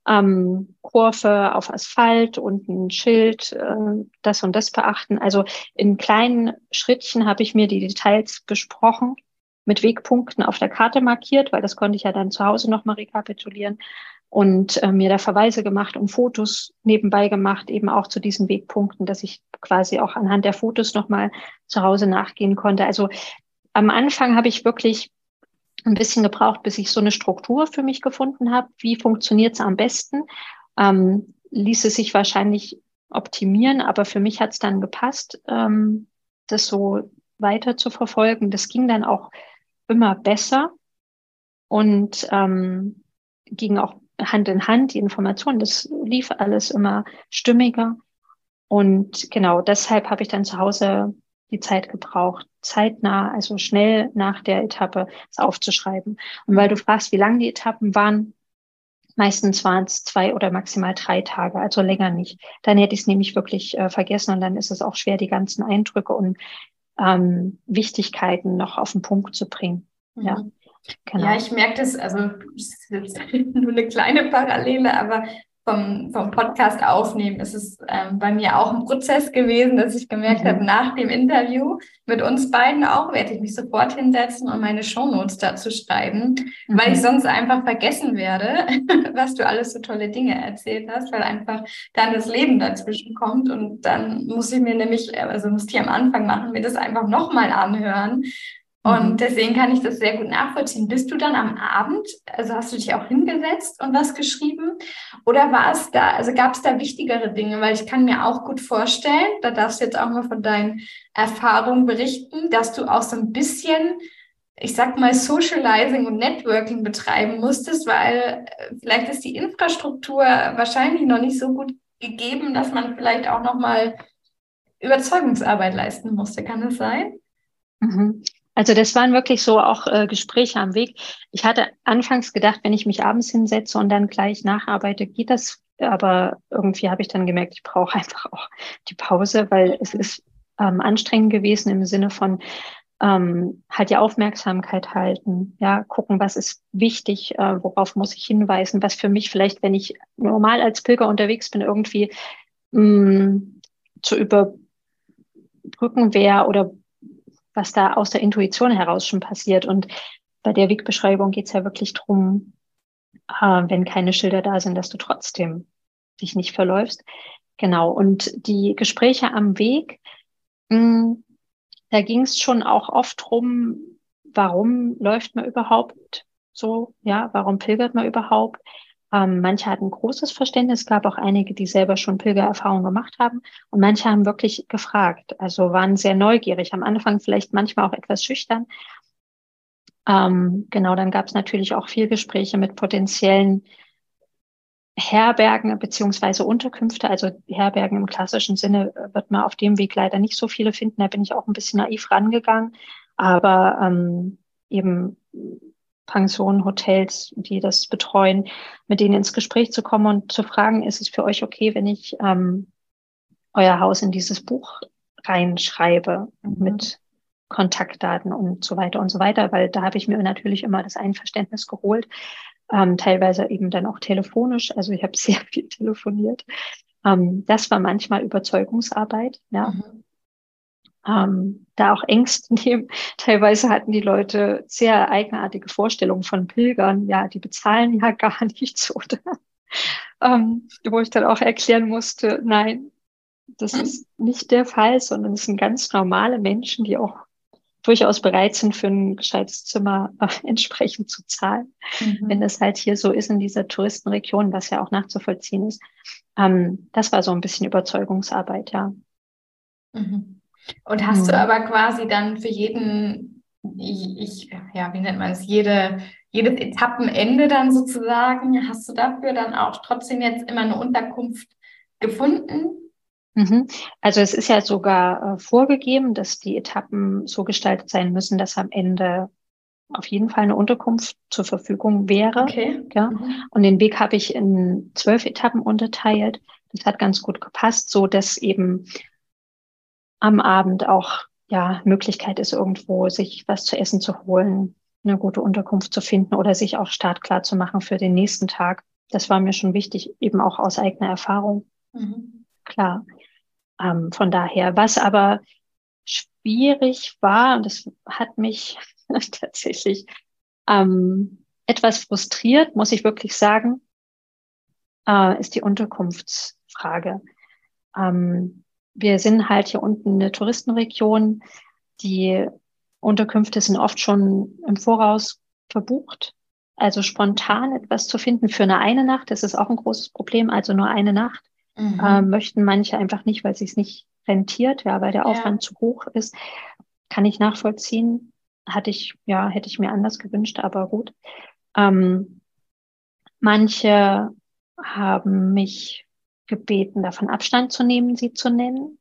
ähm, Kurve auf Asphalt und ein Schild, äh, das und das beachten. Also in kleinen Schrittchen habe ich mir die Details besprochen, mit Wegpunkten auf der Karte markiert, weil das konnte ich ja dann zu Hause nochmal rekapitulieren und äh, mir da Verweise gemacht und Fotos nebenbei gemacht, eben auch zu diesen Wegpunkten, dass ich quasi auch anhand der Fotos nochmal zu Hause nachgehen konnte. Also am Anfang habe ich wirklich ein bisschen gebraucht, bis ich so eine Struktur für mich gefunden habe. Wie funktioniert es am besten? Ähm, ließ es sich wahrscheinlich optimieren, aber für mich hat es dann gepasst, ähm, das so weiter zu verfolgen. Das ging dann auch immer besser und ähm, ging auch Hand in Hand, die Informationen, das lief alles immer stimmiger. Und genau deshalb habe ich dann zu Hause die Zeit gebraucht, zeitnah, also schnell nach der Etappe es aufzuschreiben. Und weil du fragst, wie lang die Etappen waren, meistens waren es zwei oder maximal drei Tage, also länger nicht. Dann hätte ich es nämlich wirklich äh, vergessen und dann ist es auch schwer, die ganzen Eindrücke und ähm, Wichtigkeiten noch auf den Punkt zu bringen.
Mhm.
Ja, genau.
Ja, ich merke das, also das ist jetzt nur eine kleine Parallele, aber vom, vom Podcast aufnehmen ist es ähm, bei mir auch ein Prozess gewesen, dass ich gemerkt
Mhm.
habe, nach dem Interview mit uns beiden auch, werde ich mich sofort hinsetzen und meine Shownotes dazu schreiben,
Mhm.
weil ich sonst einfach vergessen werde, was du alles so tolle Dinge erzählt hast, weil einfach dann das Leben dazwischen kommt und dann muss ich mir nämlich, also musste ich am Anfang machen, mir das einfach nochmal anhören. Und
Mhm.
deswegen kann ich das sehr gut nachvollziehen. Bist du dann am Abend, also hast du dich auch hingesetzt und was geschrieben? Oder war es da, also gab es da wichtigere Dinge? Weil ich kann mir auch gut vorstellen, da darfst du jetzt auch mal von deinen Erfahrungen berichten, dass du auch so ein bisschen, ich sag mal, Socializing und Networking betreiben musstest, weil äh, vielleicht ist die Infrastruktur wahrscheinlich noch nicht so gut gegeben, dass man vielleicht auch nochmal Überzeugungsarbeit leisten musste. Kann das sein?
Mhm. Also das waren wirklich so auch äh, Gespräche am Weg. Ich hatte anfangs gedacht, wenn ich mich abends hinsetze und dann gleich nacharbeite, geht das. Aber irgendwie habe ich dann gemerkt, ich brauche einfach auch die Pause, weil es ist ähm, anstrengend gewesen im Sinne von ähm, halt die Aufmerksamkeit halten, ja, gucken, was ist wichtig, äh, worauf muss ich hinweisen, was für mich vielleicht, wenn ich normal als Pilger unterwegs bin, irgendwie mh, zu überbrücken wäre oder was da aus der Intuition heraus schon passiert. Und bei der Wegbeschreibung geht es ja wirklich drum, äh, wenn keine Schilder da sind, dass du trotzdem dich nicht verläufst. Genau. Und die Gespräche am Weg, mh, da ging es schon auch oft drum, warum läuft man überhaupt so, ja, warum pilgert man überhaupt? Ähm, manche hatten großes Verständnis, es gab auch einige, die selber schon Pilgererfahrungen gemacht haben und manche haben wirklich gefragt, also waren sehr neugierig, am Anfang vielleicht manchmal auch etwas schüchtern. Ähm, genau, dann gab es natürlich auch viel Gespräche mit potenziellen Herbergen beziehungsweise Unterkünfte, also Herbergen im klassischen Sinne wird man auf dem Weg leider nicht so viele finden, da bin ich auch ein bisschen naiv rangegangen, aber ähm, eben Pensionen, Hotels, die das betreuen, mit denen ins Gespräch zu kommen und zu fragen, ist es für euch okay, wenn ich ähm, euer Haus in dieses Buch reinschreibe
Mhm.
mit Kontaktdaten und so weiter und so weiter, weil da habe ich mir natürlich immer das Einverständnis geholt, ähm, teilweise eben dann auch telefonisch, also ich habe sehr viel telefoniert. Ähm, das war manchmal Überzeugungsarbeit, ja.
Mhm.
Ähm, da auch Ängste nehmen. Teilweise hatten die Leute sehr eigenartige Vorstellungen von Pilgern. Ja, die bezahlen ja gar nichts, oder? Ähm, wo ich dann auch erklären musste, nein, das ist nicht der Fall, sondern es sind ganz normale Menschen, die auch durchaus bereit sind, für ein gescheites Zimmer äh, entsprechend zu zahlen.
Mhm.
Wenn das halt hier so ist in dieser Touristenregion, was ja auch nachzuvollziehen ist. Ähm, das war so ein bisschen Überzeugungsarbeit, ja.
Mhm. Und hast du
Mhm.
aber quasi dann für jeden, ich, ich, ja, wie nennt man es, jede, jedes Etappenende dann sozusagen, hast du dafür dann auch trotzdem jetzt immer eine Unterkunft gefunden?
Mhm. Also es ist ja sogar äh, vorgegeben, dass die Etappen so gestaltet sein müssen, dass am Ende auf jeden Fall eine Unterkunft zur Verfügung wäre.
Okay.
Ja?
Mhm.
Und den Weg habe ich in zwölf Etappen unterteilt. Das hat ganz gut gepasst, so dass eben am Abend auch ja Möglichkeit ist, irgendwo sich was zu essen zu holen, eine gute Unterkunft zu finden oder sich auch startklar zu machen für den nächsten Tag. Das war mir schon wichtig, eben auch aus eigener Erfahrung.
Mhm.
Klar. Ähm, von daher, was aber schwierig war, und das hat mich tatsächlich ähm, etwas frustriert, muss ich wirklich sagen, äh, ist die Unterkunftsfrage. Ähm, wir sind halt hier unten eine Touristenregion. Die Unterkünfte sind oft schon im Voraus verbucht. Also spontan etwas zu finden für eine eine Nacht, das ist auch ein großes Problem. Also nur eine Nacht äh,
Mhm.
möchten manche einfach nicht, weil es sich nicht rentiert, ja, weil der
Ja.
Aufwand zu hoch ist. Kann ich nachvollziehen. hatte ich, ja, hätte ich mir anders gewünscht, aber gut. Ähm, manche haben mich gebeten, davon Abstand zu nehmen, sie zu nennen.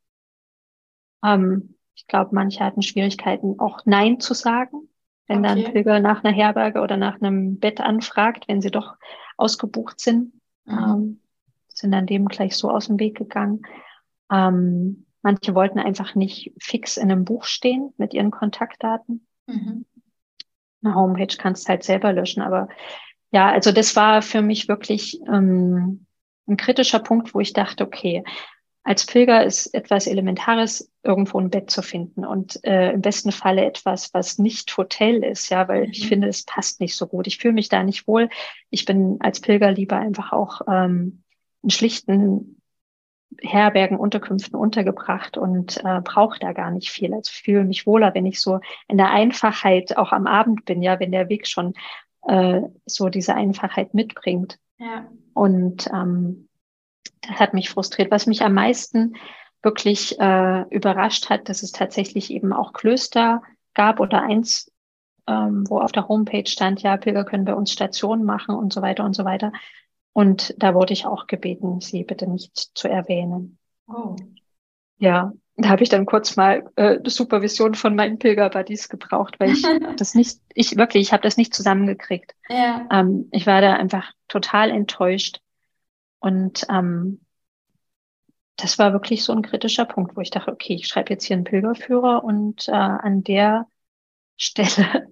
Ähm, ich glaube, manche hatten Schwierigkeiten, auch Nein zu sagen, wenn da ein
Okay.
Pilger nach einer Herberge oder nach einem Bett anfragt, wenn sie doch ausgebucht sind.
Mhm.
Ähm, sind dann dem gleich so aus dem Weg gegangen. Ähm, manche wollten einfach nicht fix in einem Buch stehen mit ihren Kontaktdaten.
Mhm.
Eine Homepage kannst du halt selber löschen, aber ja, also das war für mich wirklich ähm, ein kritischer Punkt, wo ich dachte, okay, als Pilger ist etwas Elementares, irgendwo ein Bett zu finden und äh, im besten Falle etwas, was nicht Hotel ist, ja, weil ich
Mhm.
finde, es passt nicht so gut. Ich fühle mich da nicht wohl. Ich bin als Pilger lieber einfach auch ähm, in schlichten Herbergen, Unterkünften untergebracht und äh, brauche da gar nicht viel. Also ich fühle mich wohler, wenn ich so in der Einfachheit auch am Abend bin, ja, wenn der Weg schon äh, so diese Einfachheit mitbringt.
Ja.
Und ähm, das hat mich frustriert. Was mich am meisten wirklich äh, überrascht hat, dass es tatsächlich eben auch Klöster gab oder eins, ähm, wo auf der Homepage stand, ja, Pilger können bei uns Stationen machen und so weiter und so weiter. Und da wurde ich auch gebeten, sie bitte nicht zu erwähnen.
Oh.
Ja, da habe ich dann kurz mal äh, Supervision von meinen Pilgerbuddies gebraucht, weil ich das nicht, ich wirklich, ich habe das nicht zusammengekriegt.
Ja.
Ähm, ich war da einfach total enttäuscht. Und ähm, das war wirklich so ein kritischer Punkt, wo ich dachte, okay, ich schreibe jetzt hier einen Pilgerführer und äh, an der Stelle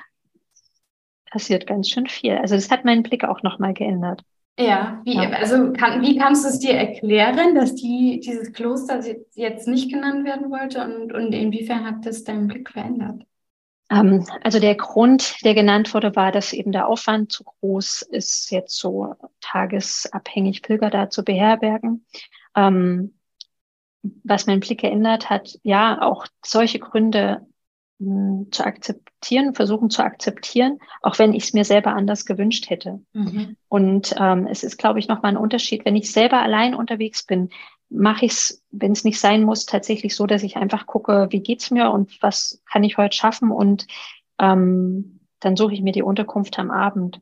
passiert ganz schön viel. Also das hat meinen Blick auch nochmal geändert.
Ja, wie,
Ja.
also kann, wie kannst du es dir erklären, dass die, dieses Kloster jetzt nicht genannt werden wollte und, und inwiefern hat das deinen Blick verändert?
Ähm, also der Grund, der genannt wurde, war, dass eben der Aufwand zu groß ist, jetzt so tagesabhängig Pilger da zu beherbergen. Ähm, was meinen Blick geändert hat, ja, auch solche Gründe mh, zu akzeptieren, versuchen zu akzeptieren, auch wenn ich es mir selber anders gewünscht hätte.
Mhm.
Und ähm, es ist, glaube ich, nochmal ein Unterschied. Wenn ich selber allein unterwegs bin, mache ich es, wenn es nicht sein muss, tatsächlich so, dass ich einfach gucke, wie geht's mir und was kann ich heute schaffen und ähm, dann suche ich mir die Unterkunft am Abend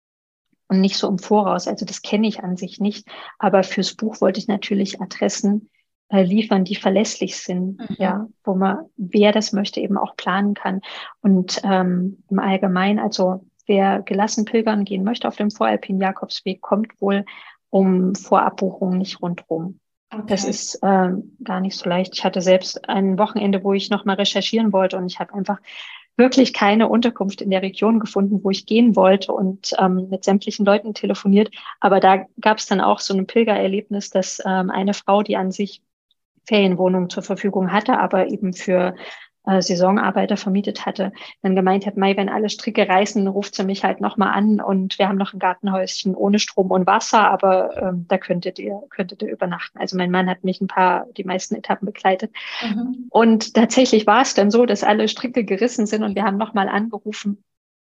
und nicht so im Voraus. Also das kenne ich an sich nicht. Aber fürs Buch wollte ich natürlich Adressen äh, liefern, die verlässlich sind,
Mhm.
ja, wo man, wer das möchte, eben auch planen kann. Und ähm, im Allgemeinen, also wer gelassen pilgern gehen möchte auf dem Voralpinen Jakobsweg, kommt wohl um Vorabbuchungen nicht rundrum. Das
Okay.
ist ähm, gar nicht so leicht. Ich hatte selbst ein Wochenende, wo ich nochmal recherchieren wollte und ich habe einfach wirklich keine Unterkunft in der Region gefunden, wo ich gehen wollte und ähm, mit sämtlichen Leuten telefoniert. Aber da gab es dann auch so ein Pilgererlebnis, dass ähm, eine Frau, die an sich Ferienwohnungen zur Verfügung hatte, aber eben für äh, Saisonarbeiter vermietet hatte, dann gemeint hat, Mai, wenn alle Stricke reißen, ruft sie mich halt nochmal an und wir haben noch ein Gartenhäuschen ohne Strom und Wasser, aber ähm, da könntet ihr, könntet ihr übernachten. Also mein Mann hat mich ein paar, die meisten Etappen begleitet.
Mhm.
Und tatsächlich war es dann so, dass alle Stricke gerissen sind und wir haben nochmal angerufen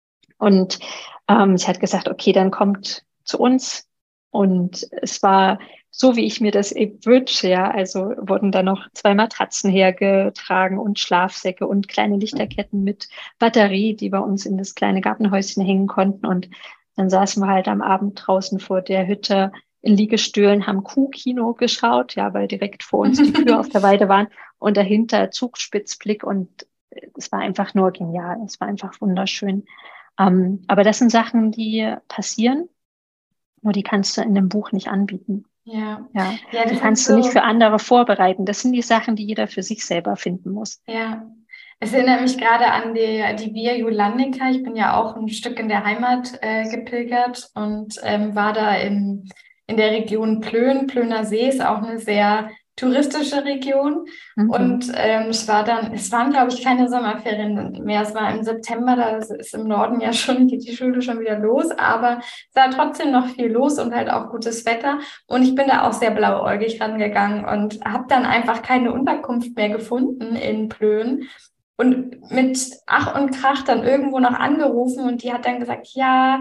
und ähm, sie hat gesagt, okay, dann kommt zu uns. Und es war so, wie ich mir das eben wünsche, ja. Also wurden da noch zwei Matratzen hergetragen und Schlafsäcke und kleine Lichterketten mit Batterie, die bei uns in das kleine Gartenhäuschen hängen konnten. Und dann saßen wir halt am Abend draußen vor der Hütte in Liegestühlen, haben Kuhkino geschaut, ja, weil direkt vor uns die Kühe auf der Weide waren und dahinter Zugspitzblick und es war einfach nur genial. Es war einfach wunderschön. Ähm, aber das sind Sachen, die passieren, nur die kannst du in dem Buch nicht anbieten.
Ja.
Ja,
Ja,
die
das ist
kannst du nicht für
so.
andere vorbereiten. Das sind die Sachen, die jeder für sich selber finden muss.
Ja, es erinnert mich gerade an die, die Via Julandica. Ich bin ja auch ein Stück in der Heimat äh, gepilgert und ähm, war da in, in der Region Plön. Plöner See ist auch eine sehr touristische Region.
Mhm.
Und ähm, es war dann, es waren, glaube ich, keine Sommerferien mehr. Es war im September, da ist im Norden ja schon, geht die Schule schon wieder los, aber es war trotzdem noch viel los und halt auch gutes Wetter. Und ich bin da auch sehr blauäugig rangegangen und habe dann einfach keine Unterkunft mehr gefunden in Plön. Und mit Ach und Krach dann irgendwo noch angerufen und die hat dann gesagt, ja,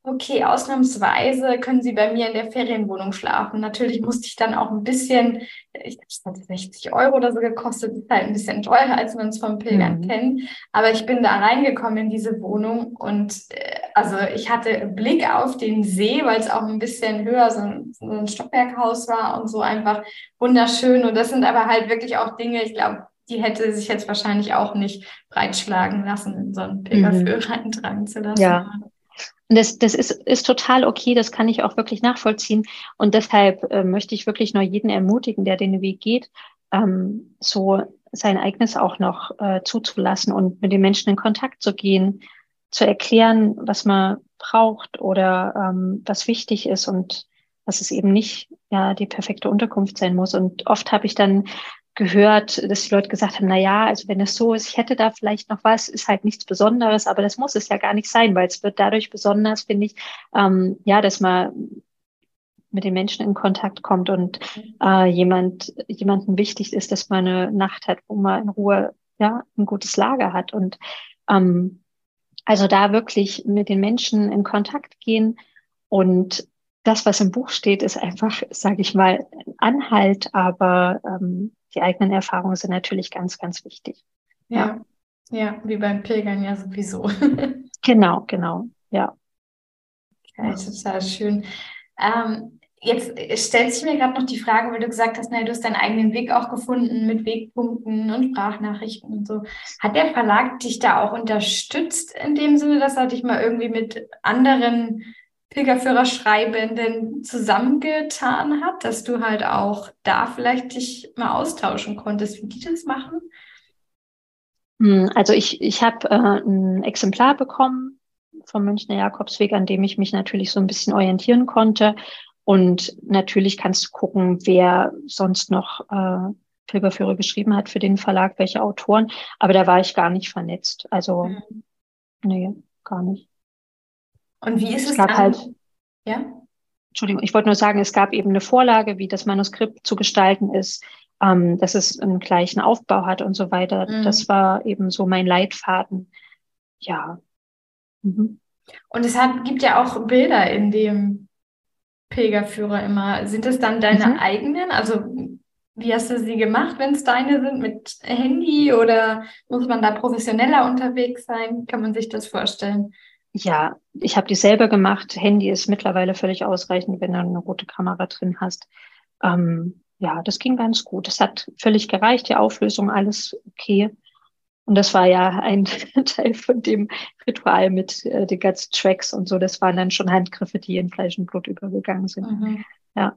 okay, ausnahmsweise können Sie bei mir in der Ferienwohnung schlafen. Natürlich musste ich dann auch ein bisschen, ich glaube, es hat sechzig Euro oder so gekostet, ist halt ein bisschen teurer, als man es vom Pilgern
Mhm.
kennt. Aber ich bin da reingekommen in diese Wohnung und äh, also ich hatte Blick auf den See, weil es auch ein bisschen höher, so ein, so ein Stockwerkhaus war und so einfach wunderschön. Und das sind aber halt wirklich auch Dinge, ich glaube, die hätte sich jetzt wahrscheinlich auch nicht breitschlagen lassen, so einen
Mhm.
Pilgerführer eintragen zu lassen.
Ja. Und das, das ist, ist total okay, das kann ich auch wirklich nachvollziehen. Und deshalb äh, möchte ich wirklich nur jeden ermutigen, der den Weg geht, ähm, so sein eigenes auch noch äh, zuzulassen und mit den Menschen in Kontakt zu gehen, zu erklären, was man braucht oder ähm, was wichtig ist und dass es eben nicht ja die perfekte Unterkunft sein muss. Und oft habe ich dann gehört, dass die Leute gesagt haben, na ja, also wenn es so ist, ich hätte da vielleicht noch was, ist halt nichts Besonderes, aber das muss es ja gar nicht sein, weil es wird dadurch besonders, finde ich, ähm, ja, dass man mit den Menschen in Kontakt kommt und äh, jemand, jemandem wichtig ist, dass man eine Nacht hat, wo man in Ruhe, ja, ein gutes Lager hat und ähm, also da wirklich mit den Menschen in Kontakt gehen und das, was im Buch steht, ist einfach, sage ich mal, ein Anhalt, aber ähm, die eigenen Erfahrungen sind natürlich ganz, ganz wichtig. Ja,
Ja, ja, wie beim Pilgern ja sowieso.
genau, genau. Ja.
Ja, total schön. Ähm, jetzt stellt sich mir gerade noch die Frage, weil du gesagt hast, naja, du hast deinen eigenen Weg auch gefunden mit Wegpunkten und Sprachnachrichten und so. Hat der Verlag dich da auch unterstützt in dem Sinne, dass er dich mal irgendwie mit anderen Pilgerführer-Schreibenden zusammengetan hat, dass du halt auch da vielleicht dich mal austauschen konntest, wie die das machen?
Hm, Also ich, ich habe äh, ein Exemplar bekommen vom Münchner Jakobsweg, an dem ich mich natürlich so ein bisschen orientieren konnte. Und natürlich kannst du gucken, wer sonst noch äh, Pilgerführer geschrieben hat für den Verlag, welche Autoren. Aber da war ich gar nicht vernetzt. Also,
Mhm.
nee, gar nicht.
Und wie ist
Es
es
gab halt,
dann? Ja?
Entschuldigung, ich wollte nur sagen, es gab eben eine Vorlage, wie das Manuskript zu gestalten ist, ähm, dass es einen gleichen Aufbau hat und so weiter. Das
Mhm.
war eben so mein Leitfaden. Ja. Mhm.
Und es hat, gibt ja auch Bilder in dem Pilgerführer immer. Sind es dann deine
Mhm.
eigenen? Also wie hast du sie gemacht, wenn es deine sind, mit Handy oder muss man da professioneller unterwegs sein? Kann man sich das vorstellen?
Ja, ich habe die selber gemacht. Handy ist mittlerweile völlig ausreichend, wenn du eine gute Kamera drin hast. Ähm, ja, das ging ganz gut. Es hat völlig gereicht, die Auflösung, alles okay. Und das war ja ein Teil von dem Ritual mit äh, den ganzen Tracks und so. Das waren dann schon Handgriffe, die in Fleisch und Blut übergegangen sind.
Mhm.
Ja.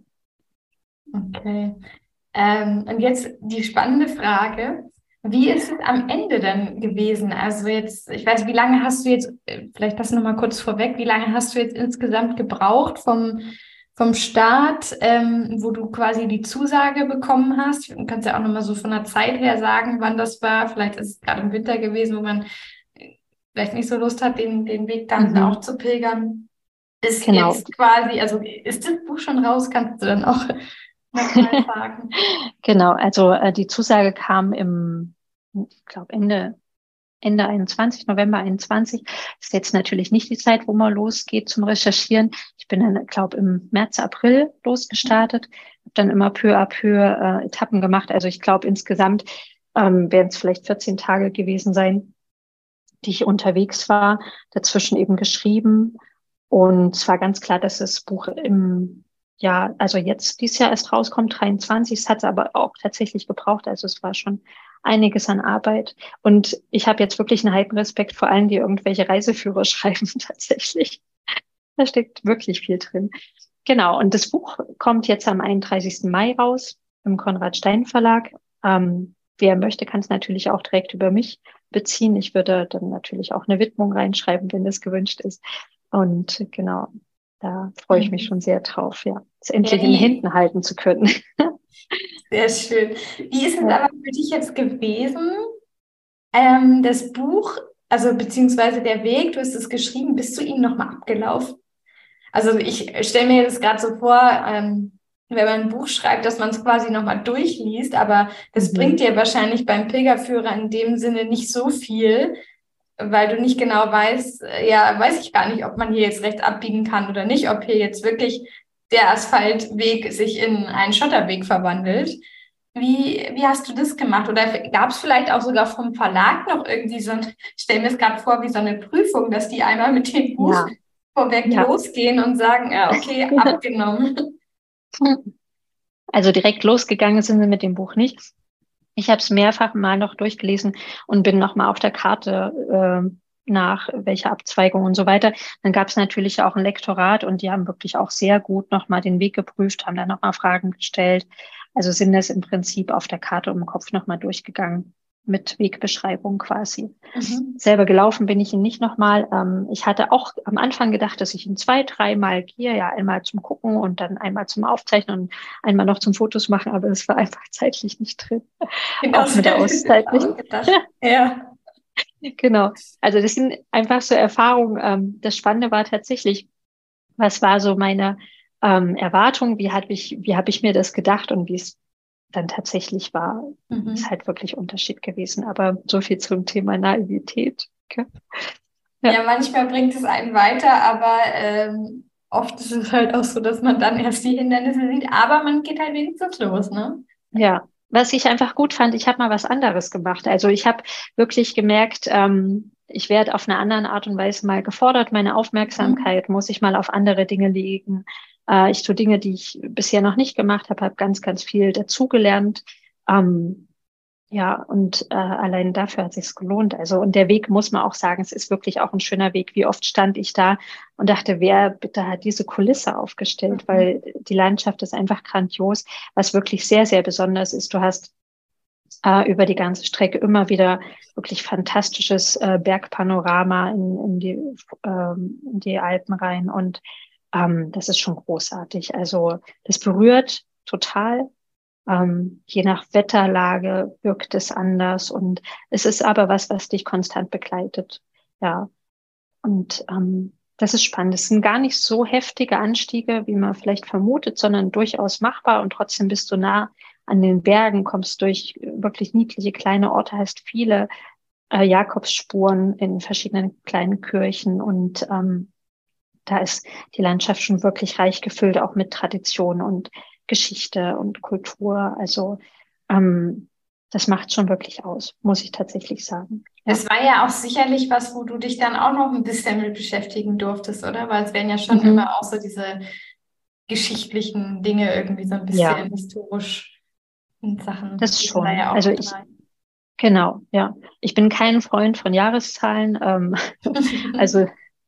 Okay. Ähm, und jetzt die spannende Frage. Wie ist es am Ende dann gewesen? Also jetzt, ich weiß, wie lange hast du jetzt, äh, vielleicht das nochmal kurz vorweg, wie lange hast du jetzt insgesamt gebraucht vom, vom Start, ähm, wo du quasi die Zusage bekommen hast? Du kannst ja auch nochmal so von der Zeit her sagen, wann das war. Vielleicht ist es gerade im Winter gewesen, wo man äh, vielleicht nicht so Lust hat, den, den Weg dann auch
Mhm.
zu pilgern. Ist
Genau.
jetzt quasi, also ist das Buch schon raus? Kannst du dann auch nochmal sagen?
Genau. Also äh, die Zusage kam im, ich glaube, Ende Ende einundzwanzig, November einundzwanzig. Ist jetzt natürlich nicht die Zeit, wo man losgeht zum Recherchieren. Ich bin dann, glaube im März, April losgestartet, habe dann immer peu à peu äh, Etappen gemacht. Also ich glaube insgesamt ähm, werden es vielleicht vierzehn Tage gewesen sein, die ich unterwegs war, dazwischen eben geschrieben. Und es war ganz klar, dass das Buch im Jahr, also jetzt dieses Jahr erst rauskommt, dreiundzwanzig. Es hat es aber auch tatsächlich gebraucht. Also es war schon einiges an Arbeit. Und ich habe jetzt wirklich einen heiden Respekt vor allen, die irgendwelche Reiseführer schreiben, tatsächlich. Da steckt wirklich viel drin. Genau. Und das Buch kommt jetzt am einunddreißigsten Mai raus im Konrad Stein Verlag. Ähm, wer möchte, kann es natürlich auch direkt über mich beziehen. Ich würde dann natürlich auch eine Widmung reinschreiben, wenn das gewünscht ist. Und genau, da freue ich mich
Mhm.
schon sehr drauf, ja, es
Ja,
endlich in
wie,
Händen halten zu können.
sehr schön. Wie ist es
Ja.
aber für dich jetzt gewesen, ähm, das Buch, also beziehungsweise der Weg, du hast es geschrieben, bist du ihn nochmal abgelaufen? Also ich stelle mir das gerade so vor, ähm, wenn man ein Buch schreibt, dass man es quasi nochmal durchliest, aber das bringt
Mhm.
dir wahrscheinlich beim Pilgerführer in dem Sinne nicht so viel. weil du nicht genau weißt, äh, ja, weiß ich gar nicht, ob man hier jetzt rechts abbiegen kann oder nicht, ob hier jetzt wirklich der Asphaltweg sich in einen Schotterweg verwandelt. Wie, wie hast du das gemacht? Oder gab es vielleicht auch sogar vom Verlag noch irgendwie so ein, ich stelle mir es gerade vor, wie so eine Prüfung, dass die einmal mit dem Buch
Ja,
vorweg
ja.
losgehen und sagen, ja, okay, abgenommen.
Also direkt losgegangen sind sie mit dem Buch nicht. Ich habe es mehrfach mal noch durchgelesen und bin noch mal auf der Karte äh, nach welcher Abzweigung und so weiter. Dann gab es natürlich auch ein Lektorat und die haben wirklich auch sehr gut noch mal den Weg geprüft, haben dann noch mal Fragen gestellt. Also sind das im Prinzip auf der Karte um den Kopf noch mal durchgegangen mit Wegbeschreibung quasi.
Mhm.
Selber gelaufen bin ich ihn nicht nochmal. Ähm, ich hatte auch am Anfang gedacht, dass ich ihn zwei, dreimal gehe, ja, einmal zum Gucken und dann einmal zum Aufzeichnen und einmal noch zum Fotos machen, aber es war einfach zeitlich nicht drin.
Genau,
Auch
so
mit der
habe ich mir
Auszeit
das
nicht.
auch gedacht. Ja.
Genau. Also das sind einfach so Erfahrungen. Ähm, das Spannende war tatsächlich, was war so meine ähm, Erwartung, wie hatte ich, wie habe ich mir das gedacht und wie es dann tatsächlich war, ist
Mhm.
halt wirklich Unterschied gewesen. Aber so viel zum Thema Naivität. Okay.
Ja,
Ja.
manchmal bringt es einen weiter, aber ähm, oft ist es halt auch so, dass man dann erst die Hindernisse sieht, aber man geht halt wenigstens los, ne?
Ja, was ich einfach gut fand, ich habe mal was anderes gemacht. Also ich habe wirklich gemerkt, ähm, ich werde auf eine andere Art und Weise mal gefordert. Meine
Mhm.
Aufmerksamkeit muss ich mal auf andere Dinge legen. Äh, ich tue Dinge, die ich bisher noch nicht gemacht habe, habe ganz, ganz viel dazugelernt. Ähm, ja, und äh, allein dafür hat sich's gelohnt. Also, und der Weg muss man auch sagen, es ist wirklich auch ein schöner Weg. Wie oft stand ich da und dachte, wer bitte hat diese Kulisse aufgestellt?
Mhm.
Weil die Landschaft ist einfach grandios. Was wirklich sehr, sehr besonders ist, du hast äh, über die ganze Strecke immer wieder wirklich fantastisches äh, Bergpanorama in, in die, ähm, in die Alpen rein. Und ähm, das ist schon großartig. Also, das berührt total. Ähm, je nach Wetterlage wirkt es anders und es ist aber was, was dich konstant begleitet. Ja, und ähm, das ist spannend. Es sind gar nicht so heftige Anstiege, wie man vielleicht vermutet, sondern durchaus machbar und trotzdem bist du nah an den Bergen, kommst durch wirklich niedliche kleine Orte, hast viele äh, Jakobsspuren in verschiedenen kleinen Kirchen und ähm, da ist die Landschaft schon wirklich reich gefüllt, auch mit Tradition und Geschichte und Kultur. Also ähm, das macht schon wirklich aus, muss ich tatsächlich sagen. Ja.
Es war ja auch sicherlich was, wo du dich dann auch noch ein bisschen mit beschäftigen durftest, oder? Weil es werden ja schon
Mhm.
immer auch so diese geschichtlichen Dinge irgendwie so ein
Ja,
bisschen historisch und Sachen
das
gehen da
schon.
ja auch
Also
mit
ich,
rein.
genau, ja. Ich bin kein Freund von Jahreszahlen. Ähm, also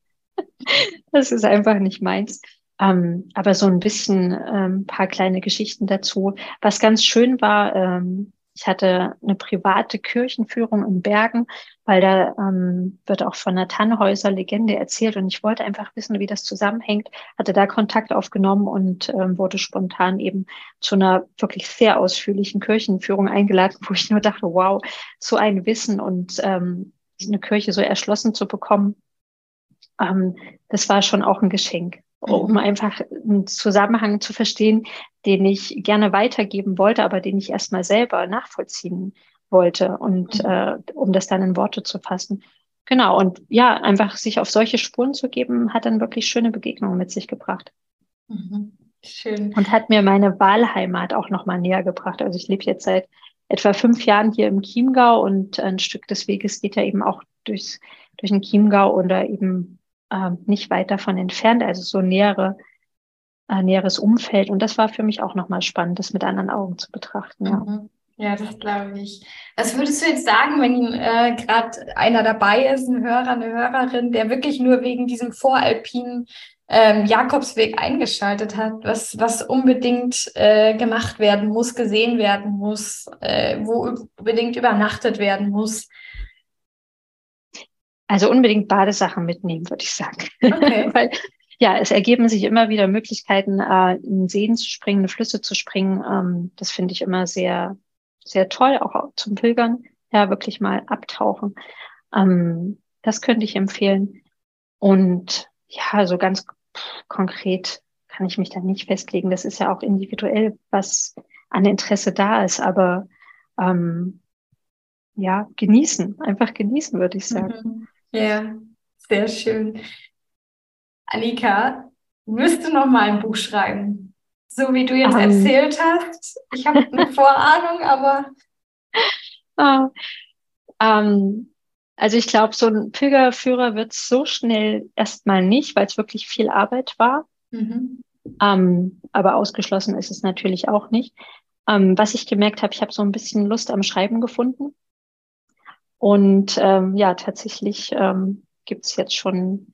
das ist einfach nicht meins. Ähm, aber so ein bisschen, ähm, paar kleine Geschichten dazu. Was ganz schön war, ähm, ich hatte eine private Kirchenführung in Bergen, weil da ähm, wird auch von einer Tannhäuser-Legende erzählt und ich wollte einfach wissen, wie das zusammenhängt. Hatte da Kontakt aufgenommen und ähm, wurde spontan eben zu einer wirklich sehr ausführlichen Kirchenführung eingeladen, wo ich nur dachte, wow, so ein Wissen und ähm, eine Kirche so erschlossen zu bekommen, ähm, das war schon auch ein Geschenk, um
Mhm.
einfach einen Zusammenhang zu verstehen, den ich gerne weitergeben wollte, aber den ich erstmal selber nachvollziehen wollte und
Mhm.
äh, um das dann in Worte zu fassen. Genau, und ja, einfach sich auf solche Spuren zu geben, hat dann wirklich schöne Begegnungen mit sich gebracht
Mhm. Schön.
und hat mir meine Wahlheimat auch nochmal näher gebracht. Also ich lebe jetzt seit etwa fünf Jahren hier im Chiemgau und ein Stück des Weges geht ja eben auch durchs, durch den Chiemgau oder eben ähm, nicht weit davon entfernt, also so nähere, äh, näheres Umfeld. Und das war für mich auch nochmal spannend, das mit anderen Augen zu betrachten, ja.
Mhm. Ja, das glaube ich. Was würdest du jetzt sagen, wenn äh, gerade einer dabei ist, ein Hörer, eine Hörerin, der wirklich nur wegen diesem voralpinen ähm, Jakobsweg eingeschaltet hat, was, was unbedingt äh, gemacht werden muss, gesehen werden muss, äh, wo unbedingt übernachtet werden muss?
Also unbedingt Badesachen mitnehmen, würde ich sagen.
Okay.
Weil ja, es ergeben sich immer wieder Möglichkeiten, äh, in Seen zu springen, in Flüsse zu springen. Ähm, das finde ich immer sehr, sehr toll, auch zum Pilgern. Ja, wirklich mal abtauchen. Ähm, das könnte ich empfehlen. Und ja, so ganz konkret kann ich mich da nicht festlegen. Das ist ja auch individuell, was an Interesse da ist. Aber ähm, ja, genießen, einfach genießen, würde ich sagen.
Mhm. Ja, sehr schön. Annika, wirst du noch mal ein Buch schreiben? So wie du jetzt
Ähm,
erzählt hast. Ich habe eine Vorahnung, aber
äh, ähm, also ich glaube, so ein Pilgerführer wird es so schnell erstmal nicht, weil es wirklich viel Arbeit war.
mhm.
Ähm, aber ausgeschlossen ist es natürlich auch nicht. Ähm, was ich gemerkt habe, ich habe so ein bisschen Lust am Schreiben gefunden. Und ähm, ja, tatsächlich ähm, gibt es jetzt schon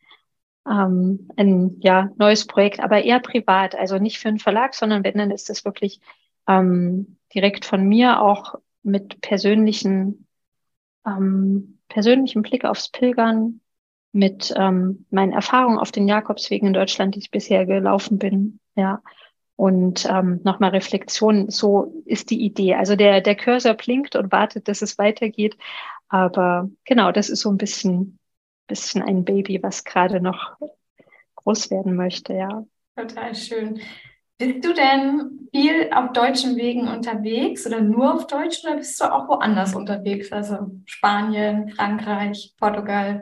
ähm, ein ja, neues Projekt, aber eher privat, also nicht für einen Verlag, sondern wenn, dann ist das wirklich ähm, direkt von mir, auch mit persönlichen, ähm, persönlichem Blick aufs Pilgern, mit ähm, meinen Erfahrungen auf den Jakobswegen in Deutschland, die ich bisher gelaufen bin, ja. Und ähm, nochmal Reflexion, so ist die Idee. Also der, der Cursor blinkt und wartet, dass es weitergeht. Aber genau, das ist so ein bisschen, bisschen ein Baby, was gerade noch groß werden möchte, ja.
Total schön. Bist du denn viel auf deutschen Wegen unterwegs oder nur auf deutschen oder bist du auch woanders unterwegs? Also Spanien, Frankreich, Portugal?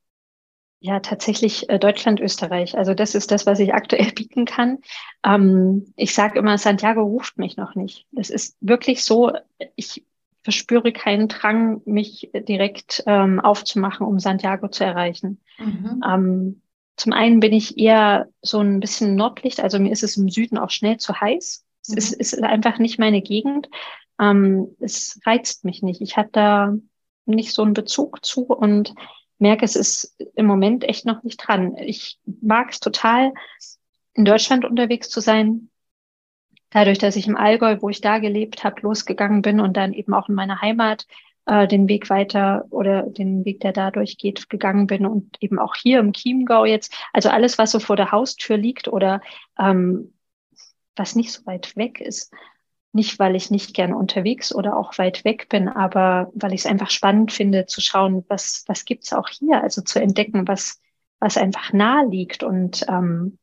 Ja, tatsächlich äh, Deutschland, Österreich. Also das ist das, was ich aktuell bieten kann. Ähm, ich sage immer, Santiago ruft mich noch nicht. Das ist wirklich so, ich verspüre keinen Drang, mich direkt ähm, aufzumachen, um Santiago zu erreichen.
Mhm.
Ähm, zum einen bin ich eher so ein bisschen Nordlicht, also mir ist es im Süden auch schnell zu heiß. Es ist,
Mhm.
ist einfach nicht meine Gegend. Ähm, es reizt mich nicht. Ich habe da nicht so einen Bezug zu und merke, es ist im Moment echt noch nicht dran. Ich mag es total, in Deutschland unterwegs zu sein. Dadurch, dass ich im Allgäu, wo ich da gelebt habe, losgegangen bin und dann eben auch in meiner Heimat äh, den Weg weiter oder den Weg, der da durchgeht, gegangen bin und eben auch hier im Chiemgau jetzt. Also alles, was so vor der Haustür liegt oder ähm, was nicht so weit weg ist. Nicht, weil ich nicht gern unterwegs oder auch weit weg bin, aber weil ich es einfach spannend finde, zu schauen, was, was gibt's auch hier, also zu entdecken, was, was einfach nahe liegt. Und ähm,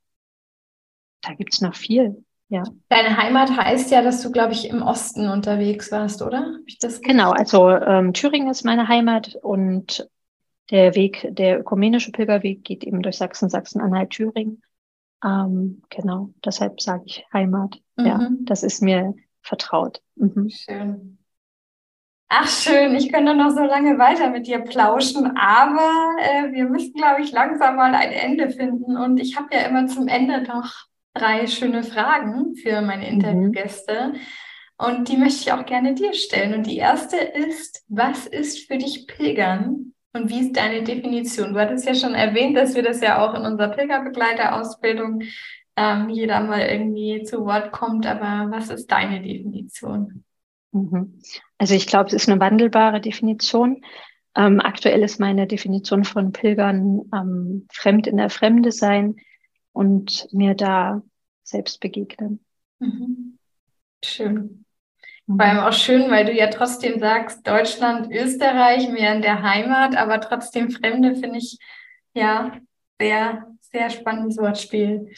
da gibt's noch viel. Ja,
Deine Heimat heißt ja, dass du, glaube ich, im Osten unterwegs warst, oder? Habe ich das
genau.
richtig?
Also ähm, Thüringen ist meine Heimat und der Weg, der ökumenische Pilgerweg geht eben durch Sachsen, Sachsen-Anhalt, Thüringen. Ähm, genau, deshalb sage ich Heimat. Ja,
Mhm.
das ist mir vertraut. Mhm.
Schön. Ach, schön. Ich könnte noch so lange weiter mit dir plauschen, aber äh, wir müssen, glaube ich, langsam mal ein Ende finden. Und ich habe ja immer zum Ende noch drei schöne Fragen für meine
Mhm.
Interviewgäste. Und die möchte ich auch gerne dir stellen. Und die erste ist, was ist für dich Pilgern? Und wie ist deine Definition? Du hattest ja schon erwähnt, dass wir das ja auch in unserer Pilgerbegleiterausbildung ähm, jeder mal irgendwie zu Wort kommt. Aber was ist deine Definition?
Mhm. Also ich glaube, es ist eine wandelbare Definition. Ähm, aktuell ist meine Definition von Pilgern ähm, fremd in der Fremde sein und mir da selbst begegnen.
Mhm. Schön. Vor allem
Mhm.
auch schön, weil du ja trotzdem sagst, Deutschland, Österreich, mehr in der Heimat, aber trotzdem Fremde finde ich ja sehr, sehr spannendes Wortspiel.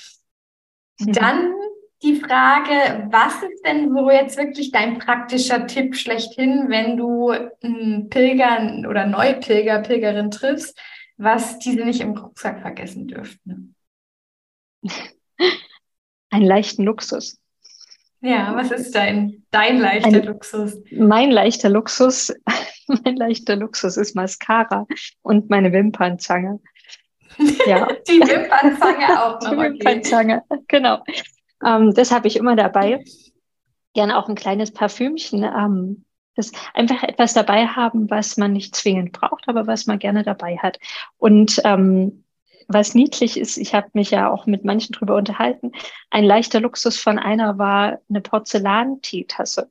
Mhm.
Dann die Frage, was ist denn so jetzt wirklich dein praktischer Tipp schlechthin, wenn du einen Pilger oder Neupilger, Pilgerin triffst, was diese nicht im Rucksack vergessen dürften?
Einen leichten Luxus.
Ja, was ist dein, dein leichter
Ein,
Luxus?
mein leichter Luxus, mein leichter Luxus ist Mascara und meine Wimpernzange. Ja,
Die Wimpernzange auch
die
noch, okay.
Wimpernzange, genau. Ähm, das habe ich immer dabei. Gerne auch ein kleines Parfümchen. Ähm, das einfach etwas dabei haben, was man nicht zwingend braucht, aber was man gerne dabei hat. Und ähm, was niedlich ist, ich habe mich ja auch mit manchen drüber unterhalten. Ein leichter Luxus von einer war eine Porzellanteetasse.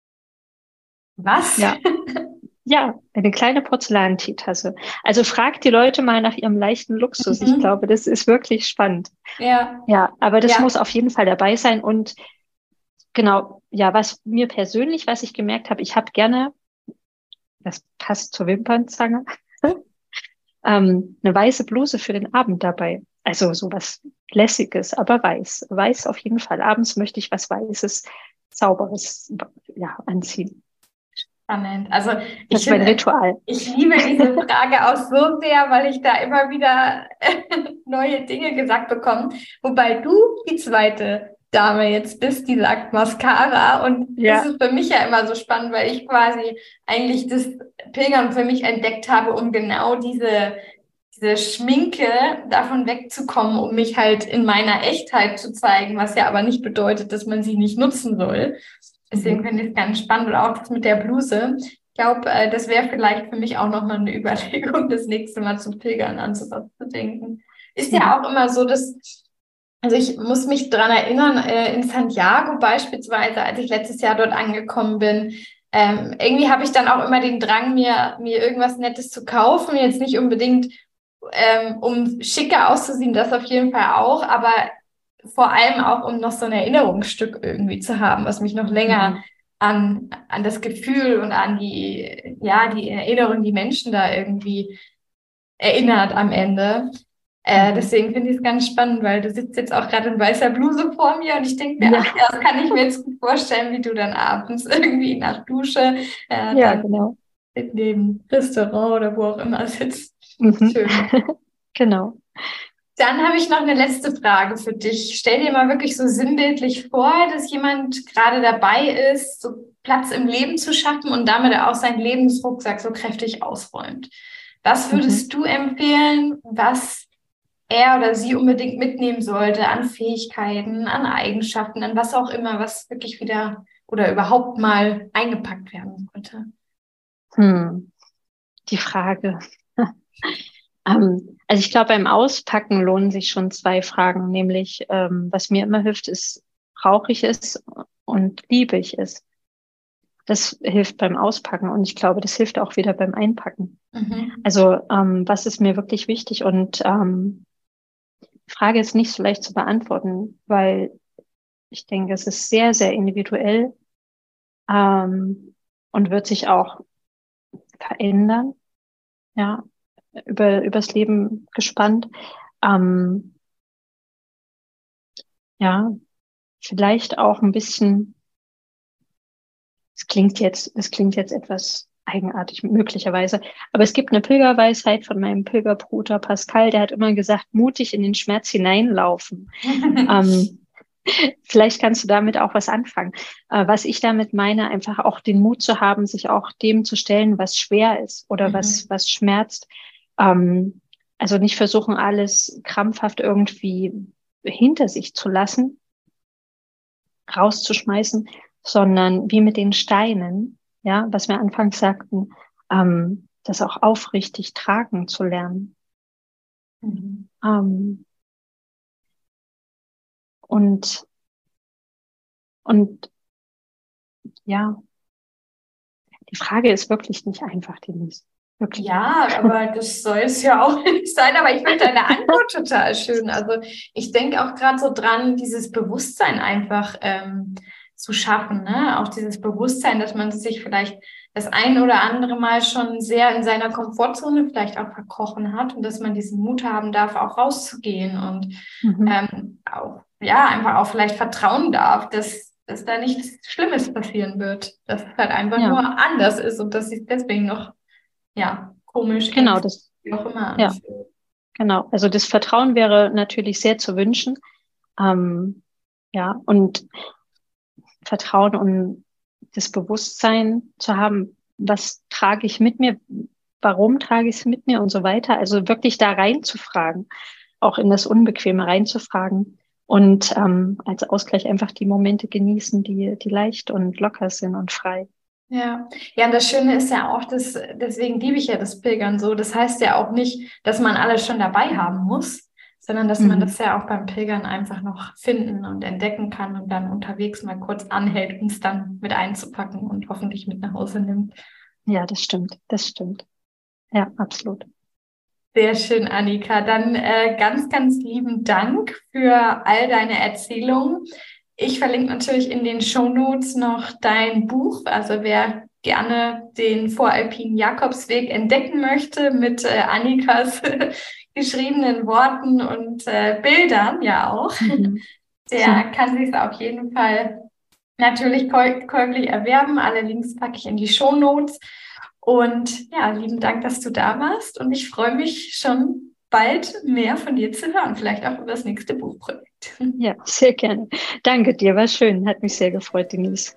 Was?
Ja, ja, eine kleine Porzellanteetasse. Also fragt die Leute mal nach ihrem leichten Luxus. Ich
Mhm.
glaube, das ist wirklich spannend.
Ja,
Ja, aber das muss
ja.
auf jeden Fall dabei sein. Und genau, ja, was mir persönlich, was ich gemerkt habe, ich habe gerne, das passt zur Wimpernzange, ähm, eine weiße Bluse für den Abend dabei. Also sowas Lässiges, aber weiß. Weiß auf jeden Fall. Abends möchte ich was Weißes, Sauberes, ja, anziehen.
Spannend. Also ich
Das ist mein
finde,
Ritual.
ich liebe diese Frage auch so sehr, weil ich da immer wieder neue Dinge gesagt bekomme. Wobei du die zweite Dame jetzt bist, die sagt Mascara. Und das
Ja.
ist für mich ja immer so spannend, weil ich quasi eigentlich das Pilgern für mich entdeckt habe, um genau diese, diese Schminke davon wegzukommen, um mich halt in meiner Echtheit zu zeigen, was ja aber nicht bedeutet, dass man sie nicht nutzen soll. Deswegen
Mhm.
finde ich es ganz spannend. Oder auch das mit der Bluse. Ich glaube, äh, das wäre vielleicht für mich auch nochmal eine Überlegung, das nächste Mal zum Pilgern an sowas zu denken. Ist ja
Mhm.
auch immer so, dass, also ich muss mich dran erinnern, äh, in Santiago beispielsweise, als ich letztes Jahr dort angekommen bin, ähm, irgendwie habe ich dann auch immer den Drang, mir, mir irgendwas Nettes zu kaufen. Jetzt nicht unbedingt, ähm, um schicker auszusehen, das auf jeden Fall auch, aber vor allem auch, um noch so ein Erinnerungsstück irgendwie zu haben, was mich noch länger
Mhm.
an, an das Gefühl und an die, ja, die Erinnerung, die Menschen da irgendwie erinnert am Ende. Äh,
Mhm.
deswegen finde ich es ganz spannend, weil du sitzt jetzt auch gerade in weißer Bluse vor mir und ich denke mir,
Ja,
ach ja, das kann ich mir jetzt gut vorstellen, wie du dann abends irgendwie nach Dusche äh,
ja,
dann
genau.
in dem Restaurant oder wo auch immer sitzt.
Mhm.
Schön.
Genau.
Dann habe ich noch eine letzte Frage für dich. Stell dir mal wirklich so sinnbildlich vor, dass jemand gerade dabei ist, so Platz im Leben zu schaffen und damit auch seinen Lebensrucksack so kräftig ausräumt. Was
Mhm.
würdest du empfehlen, was er oder sie unbedingt mitnehmen sollte an Fähigkeiten, an Eigenschaften, an was auch immer, was wirklich wieder oder überhaupt mal eingepackt werden sollte?
Hm. Die Frage. Ähm, also ich glaube, beim Auspacken lohnen sich schon zwei Fragen, nämlich ähm, was mir immer hilft, ist, brauche ich es und liebe ich es? Das hilft beim Auspacken und ich glaube, das hilft auch wieder beim Einpacken.
Mhm.
Also ähm, was ist mir wirklich wichtig? Und ähm, die Frage ist nicht so leicht zu beantworten, weil ich denke, es ist sehr, sehr individuell ähm, und wird sich auch verändern, ja, über übers Leben gespannt. Ähm, ja, vielleicht auch ein bisschen, es klingt jetzt, es klingt jetzt etwas eigenartig möglicherweise, aber es gibt eine Pilgerweisheit von meinem Pilgerbruder Pascal, der hat immer gesagt, mutig in den Schmerz hineinlaufen. Ähm, Vielleicht kannst du damit auch was anfangen. Äh, was ich damit meine, einfach auch den Mut zu haben, sich auch dem zu stellen, was schwer ist oder was,
Mhm.
was schmerzt. Ähm, also nicht versuchen, alles krampfhaft irgendwie hinter sich zu lassen, rauszuschmeißen, sondern wie mit den Steinen, ja, was wir anfangs sagten, ähm, das auch aufrichtig tragen zu lernen.
Mhm.
Ähm, und, und ja, die Frage ist wirklich nicht einfach, Denise. Wirklich nicht.
Ja, aber das soll es ja auch nicht sein. Aber ich finde deine Antwort total schön. Also ich denke auch gerade so dran, dieses Bewusstsein einfach ähm, zu schaffen, ne? Auch dieses Bewusstsein, dass man sich vielleicht das ein oder andere Mal schon sehr in seiner Komfortzone vielleicht auch verkrochen hat und dass man diesen Mut haben darf, auch rauszugehen und
Mhm.
ähm, auch, ja, einfach auch vielleicht vertrauen darf, dass, dass da nichts Schlimmes passieren wird, dass es halt einfach nur
Ja,
anders ist und dass sich deswegen noch ja, komisch,
genau,
ängstlich,
das,
wie auch immer
ja,
anfühlt.
genau. Also das Vertrauen wäre natürlich sehr zu wünschen. Ähm, ja, und Vertrauen und das Bewusstsein zu haben, was trage ich mit mir, warum trage ich es mit mir und so weiter. Also wirklich da reinzufragen, auch in das Unbequeme reinzufragen und ähm, als Ausgleich einfach die Momente genießen, die, die leicht und locker sind und frei.
Ja, ja, und das Schöne ist ja auch, dass, deswegen liebe ich ja das Pilgern so. Das heißt ja auch nicht, dass man alles schon dabei haben muss, sondern dass man das
Mhm.
ja auch beim Pilgern einfach noch finden und entdecken kann und dann unterwegs mal kurz anhält, um es dann mit einzupacken und hoffentlich mit nach Hause nimmt.
Ja, das stimmt, das stimmt. Ja, absolut.
Sehr schön, Annika. Dann äh, ganz, ganz lieben Dank für all deine Erzählungen. Ich verlinke natürlich in den Shownotes noch dein Buch. Also wer gerne den voralpinen Jakobsweg entdecken möchte mit äh, Annikas geschriebenen Worten und äh, Bildern ja auch,
Mhm.
der kann sich es auf jeden Fall natürlich käu- käuflich erwerben. Alle Links packe ich in die Shownotes. Und ja, lieben Dank, dass du da warst. Und ich freue mich schon bald mehr von dir zu hören. Vielleicht auch über das nächste Buchprojekt.
Ja, sehr gerne. Danke dir, war schön. Hat mich sehr gefreut, Denise.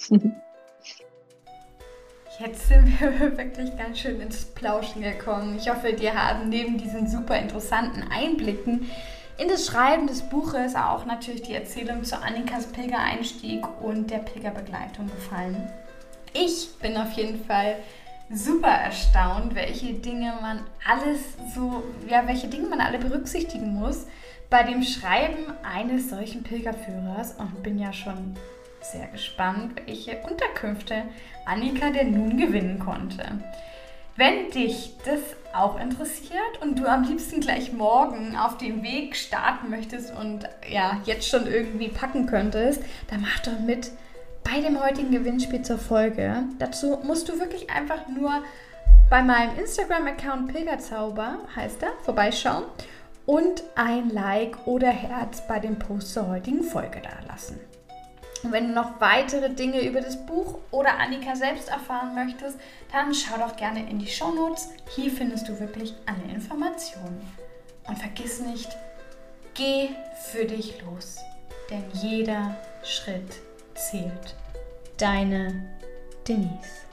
Jetzt sind wir wirklich ganz schön ins Plauschen gekommen. Ich hoffe, dir haben neben diesen super interessanten Einblicken in das Schreiben des Buches auch natürlich die Erzählung zu Annikas Pilgereinstieg und der Pilgerbegleitung gefallen. Ich bin auf jeden Fall super erstaunt, welche Dinge man alles so, ja, welche Dinge man alle berücksichtigen muss bei dem Schreiben eines solchen Pilgerführers und bin ja schon sehr gespannt, welche Unterkünfte Annika denn nun gewinnen konnte. Wenn dich das auch interessiert und du am liebsten gleich morgen auf den Weg starten möchtest und ja, jetzt schon irgendwie packen könntest, dann mach doch mit bei dem heutigen Gewinnspiel zur Folge. Dazu musst du wirklich einfach nur bei meinem Instagram-Account Pilgerzauber, heißt er, vorbeischauen und ein Like oder Herz bei dem Post zur heutigen Folge dalassen. Und wenn du noch weitere Dinge über das Buch oder Annika selbst erfahren möchtest, dann schau doch gerne in die Shownotes. Hier findest du wirklich alle Informationen. Und vergiss nicht, geh für dich los, denn jeder Schritt zählt. Deine Denise.